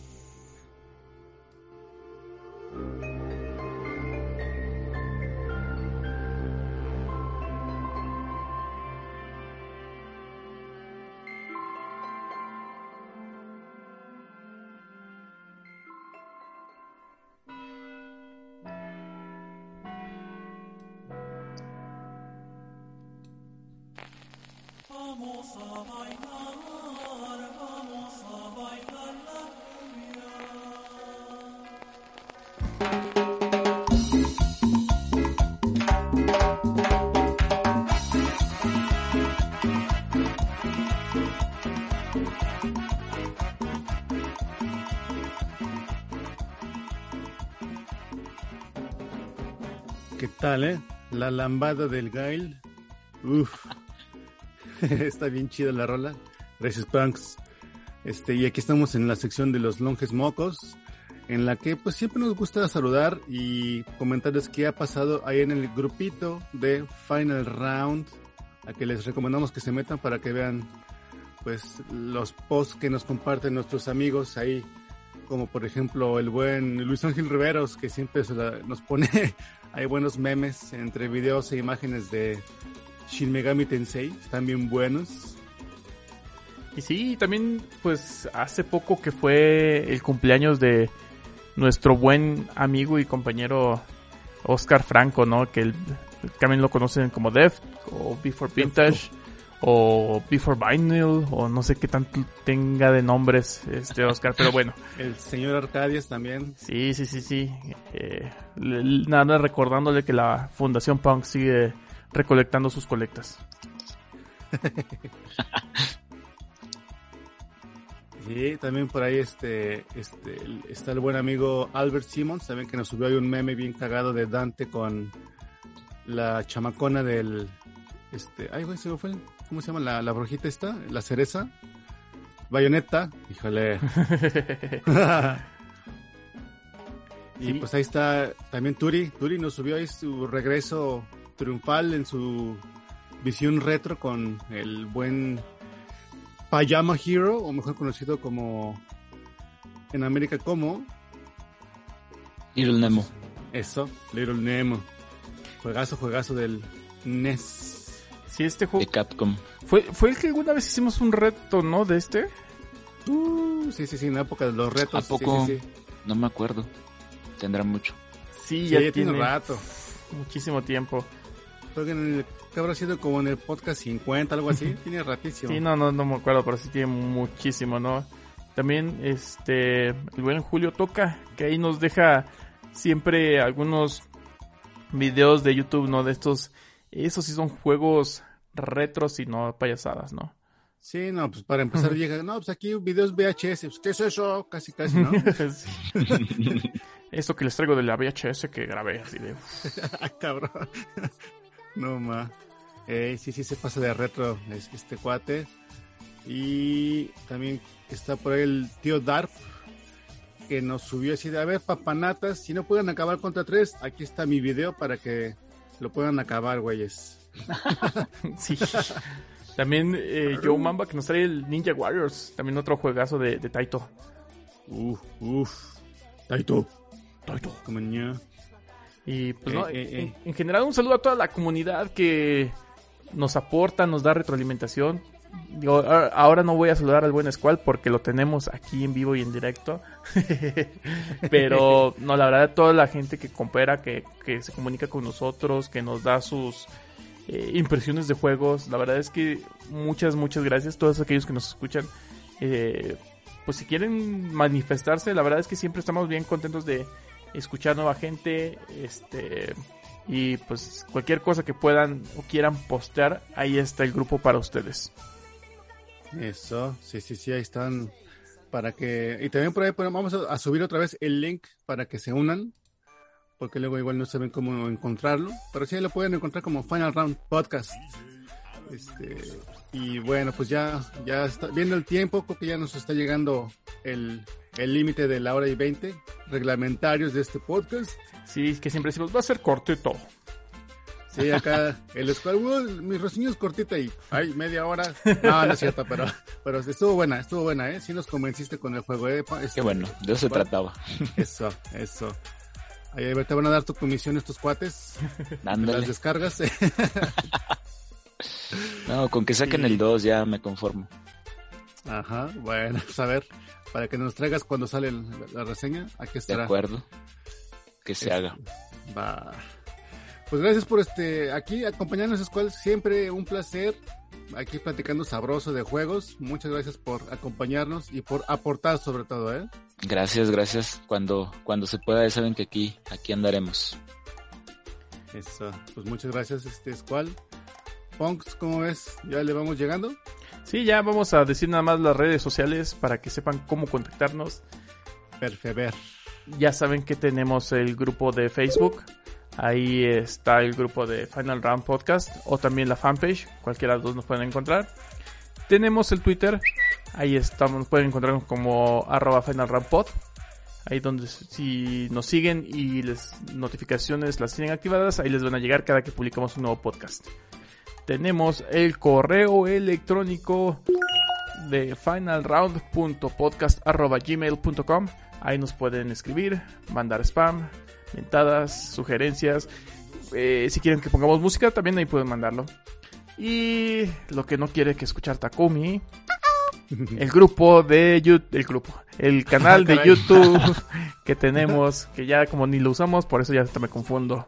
S4: ¿Qué tal, eh? La lambada del Gail. Uf. Está bien chida la rola. Gracias, Punks. Este, y aquí estamos en la sección de los longes mocos, en la que pues siempre nos gusta saludar y comentarles qué ha pasado ahí en el grupito de Final Round, a que les recomendamos que se metan para que vean pues los posts que nos comparten nuestros amigos ahí como por ejemplo el buen Luis Ángel Riveros, que siempre se la, nos pone hay buenos memes entre videos e imágenes de Shin Megami Tensei, están bien buenos.
S2: Y sí, también pues hace poco que fue el cumpleaños de nuestro buen amigo y compañero Oscar Franco, ¿no? Que el, también lo conocen como Deft o Before Vintage o Before Vinyl o no sé qué tanto tenga de nombres este Oscar, pero bueno.
S4: El señor Arcadias también.
S2: Sí, sí, sí, sí. Eh, le- nada, recordándole que la Fundación Punk sigue recolectando sus colectas.
S4: Sí, también por ahí este, este el- está el buen amigo Albert Simmons, también que nos subió ahí un meme bien cagado de Dante con la chamacona del este, ay güey, se me fue, el- ¿cómo se llama la, la brujita esta? La cereza, Bayonetta, híjole. Y
S2: Sí.
S4: pues ahí está también Turi, Turi nos subió ahí su regreso triunfal en su visión retro con el buen Pajama Hero, o mejor conocido como en América como
S5: Little Nemo.
S4: eso, Little Nemo. Juegazo, juegazo del N E S.
S2: Sí, este juego
S5: De Capcom.
S2: fue, fue el que alguna vez hicimos un reto, ¿no? De este.
S4: Uh, sí, sí, sí, en la época de los retos.
S5: ¿A poco?
S4: Sí, sí, sí.
S5: No me acuerdo. Tendrá mucho.
S2: Sí,
S4: Sí,
S2: ya,
S4: ya
S2: tiene
S4: tiene rato.
S2: muchísimo tiempo.
S4: Creo que en el, que habrá sido como en el podcast cincuenta, algo así. Tiene ratísimo.
S2: Sí, no, no, no me acuerdo, pero sí tiene muchísimo, ¿no? También, este, el buen Julio Toca, que ahí nos deja siempre algunos videos de YouTube, ¿no? De estos, esos sí son juegos retros y no payasadas, ¿no?
S4: Sí, no, pues para empezar llega, no, pues aquí videos V H S, pues ¿qué es eso? Casi, casi, ¿no?
S2: Sí. Esto que les traigo de la V H S que grabé, así de...
S4: Ah, cabrón. No, ma. Eh, sí, sí, se pasa de retro es- este cuate. Y también está por ahí el tío Darp, que nos subió así de, a ver, papanatas, si no pueden acabar contra tres, aquí está mi video para que lo puedan acabar, güeyes.
S2: Sí. También eh, Joe Mamba, que nos trae el Ninja Warriors, también otro juegazo de, de Taito.
S4: Uf, uf. Taito.
S2: Taito.
S4: Como ña.
S2: Y pues
S4: Eh,
S2: no,
S4: eh,
S2: en,
S4: eh.
S2: en general un saludo a toda la comunidad que nos aporta, nos da retroalimentación. Digo, a- ahora no voy a saludar al buen Squall porque lo tenemos aquí en vivo y en directo. Pero no, la verdad, toda la gente que coopera, que, que se comunica con nosotros, que nos da sus eh, impresiones de juegos, la verdad es que muchas, muchas gracias. Todos aquellos que nos escuchan, eh, pues si quieren manifestarse, la verdad es que siempre estamos bien contentos de escuchar nueva gente, este, y pues cualquier cosa que puedan o quieran postear, ahí está el grupo para ustedes.
S4: Eso, sí, sí, sí, ahí están para que... Y también por ahí pues, vamos a, a subir otra vez el link para que se unan, porque luego igual no saben cómo encontrarlo, pero sí lo pueden encontrar como Final Round Podcast. Este, y bueno, pues ya, ya está, viendo el tiempo, creo que ya nos está llegando el el límite de la hora y veinte reglamentarios de este podcast.
S2: Sí, que siempre decimos, va a ser cortito.
S4: Sí, acá el Squad, uh, mi reseña es cortita y ay, media hora. No, no es cierto, pero, pero estuvo buena, estuvo buena, ¿eh? Sí nos convenciste con el juego, ¿eh? Este,
S5: Qué bueno, de eso se
S4: bueno,
S5: trataba.
S4: Eso, eso. Ahí te van a dar tu comisión estos cuates.
S5: Ándale.
S4: Las descargas.
S5: No, con que saquen
S4: Sí.
S5: el dos ya me conformo.
S4: Ajá, bueno, pues a ver, para que nos traigas cuando sale el- la, la reseña, aquí
S5: De
S4: estará.
S5: acuerdo. Que se
S4: Este,
S5: haga.
S4: Va. Pues gracias por este aquí acompañarnos, Squall. Siempre un placer. Aquí platicando sabroso de juegos. Muchas gracias por acompañarnos y por aportar sobre todo, ¿eh?
S5: Gracias, gracias. Cuando, cuando se pueda, ya saben que aquí, aquí andaremos.
S4: Eso. Pues muchas gracias, este Squall. Punks, ¿cómo ves? ¿Ya le vamos llegando?
S2: Sí, ya vamos a decir nada más las redes sociales para que sepan cómo contactarnos.
S4: Perfever.
S2: Ya saben que tenemos el grupo de Facebook. Ahí está el grupo de Final Round Podcast o también la fanpage. Cualquiera de los dos nos pueden encontrar. Tenemos el Twitter. Ahí estamos, pueden encontrarnos como arroba Final Round Pod. Ahí donde si nos siguen y las notificaciones las tienen activadas, ahí les van a llegar cada que publicamos un nuevo podcast. Tenemos el correo electrónico de final round punto podcast arroba gmail punto com. Ahí nos pueden escribir, mandar spam, mentadas, sugerencias. Eh, si quieren que pongamos música, también ahí pueden mandarlo. Y lo que no quiere que escuchar Takumi, el grupo de YouTube, el grupo, el canal de YouTube que tenemos, que ya como ni lo usamos, por eso ya hasta me confundo.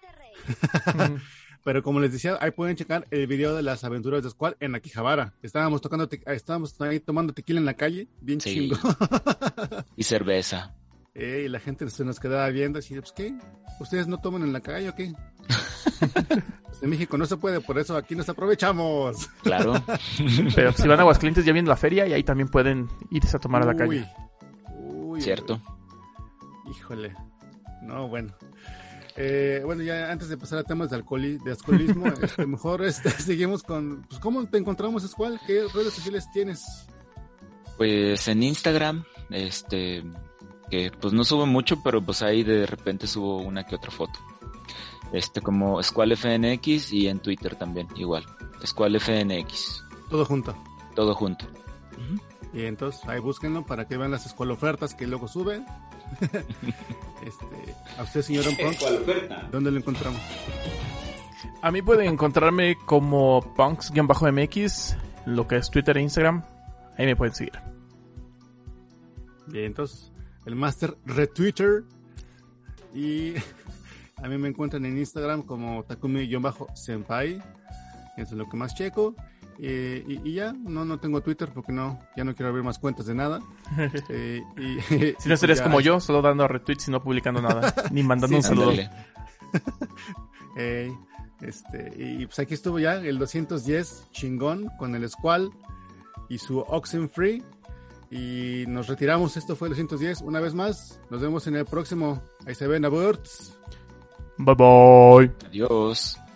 S4: Pero como les decía, ahí pueden checar el video de las aventuras de Squall en Akihabara. Estábamos tocando, te- estábamos ahí tomando tequila en la calle, bien
S5: Sí.
S4: chingo.
S5: Y cerveza.
S4: Eh, y la gente se nos quedaba viendo así, pues ¿qué? ¿Ustedes no toman en la calle o qué? Pues en México no se puede, por eso aquí nos aprovechamos.
S5: Claro.
S2: Pero si van a Aguascalientes ya viene la feria y ahí también pueden irse a tomar a la calle.
S4: Uy,
S5: Cierto.
S4: híjole. No, bueno. Eh, bueno, ya antes de pasar a temas de, alcoholi- de alcoholismo, este, mejor este, seguimos con... Pues, ¿cómo te encontramos, Squall? ¿Qué redes sociales tienes?
S5: Pues en Instagram, este, que pues no subo mucho, pero pues ahí de repente subo una que otra foto. Este, como SquallFNX, y en Twitter también, igual. SquallFNX.
S4: Todo junto.
S5: Todo junto.
S4: Y entonces ahí búsquenlo para que vean las Squall ofertas que luego suben. este, a usted, señor Punk, ¿dónde lo encontramos?
S2: A mí pueden encontrarme como punks-M X, lo que es Twitter e Instagram. Ahí me pueden seguir.
S4: Y entonces, el Master Retweeter. Y a mí me encuentran en Instagram como Takumi-senpai. Eso es lo que más checo. Eh, y, y ya, no, no tengo Twitter porque no, ya no quiero abrir más cuentas de nada. Eh, y,
S2: Si no serías
S4: ya-
S2: como yo, solo dando retweets y no publicando nada, ni mandando un
S4: Sí,
S2: saludo.
S5: Ándale.
S4: Eh, este, y pues aquí estuvo ya el doscientos diez chingón con el Squall y su Oxenfree. Y nos retiramos. Esto fue el doscientos diez. Una vez más, nos vemos en el próximo. Ahí se ven, a birds.
S2: Bye bye.
S5: Adiós.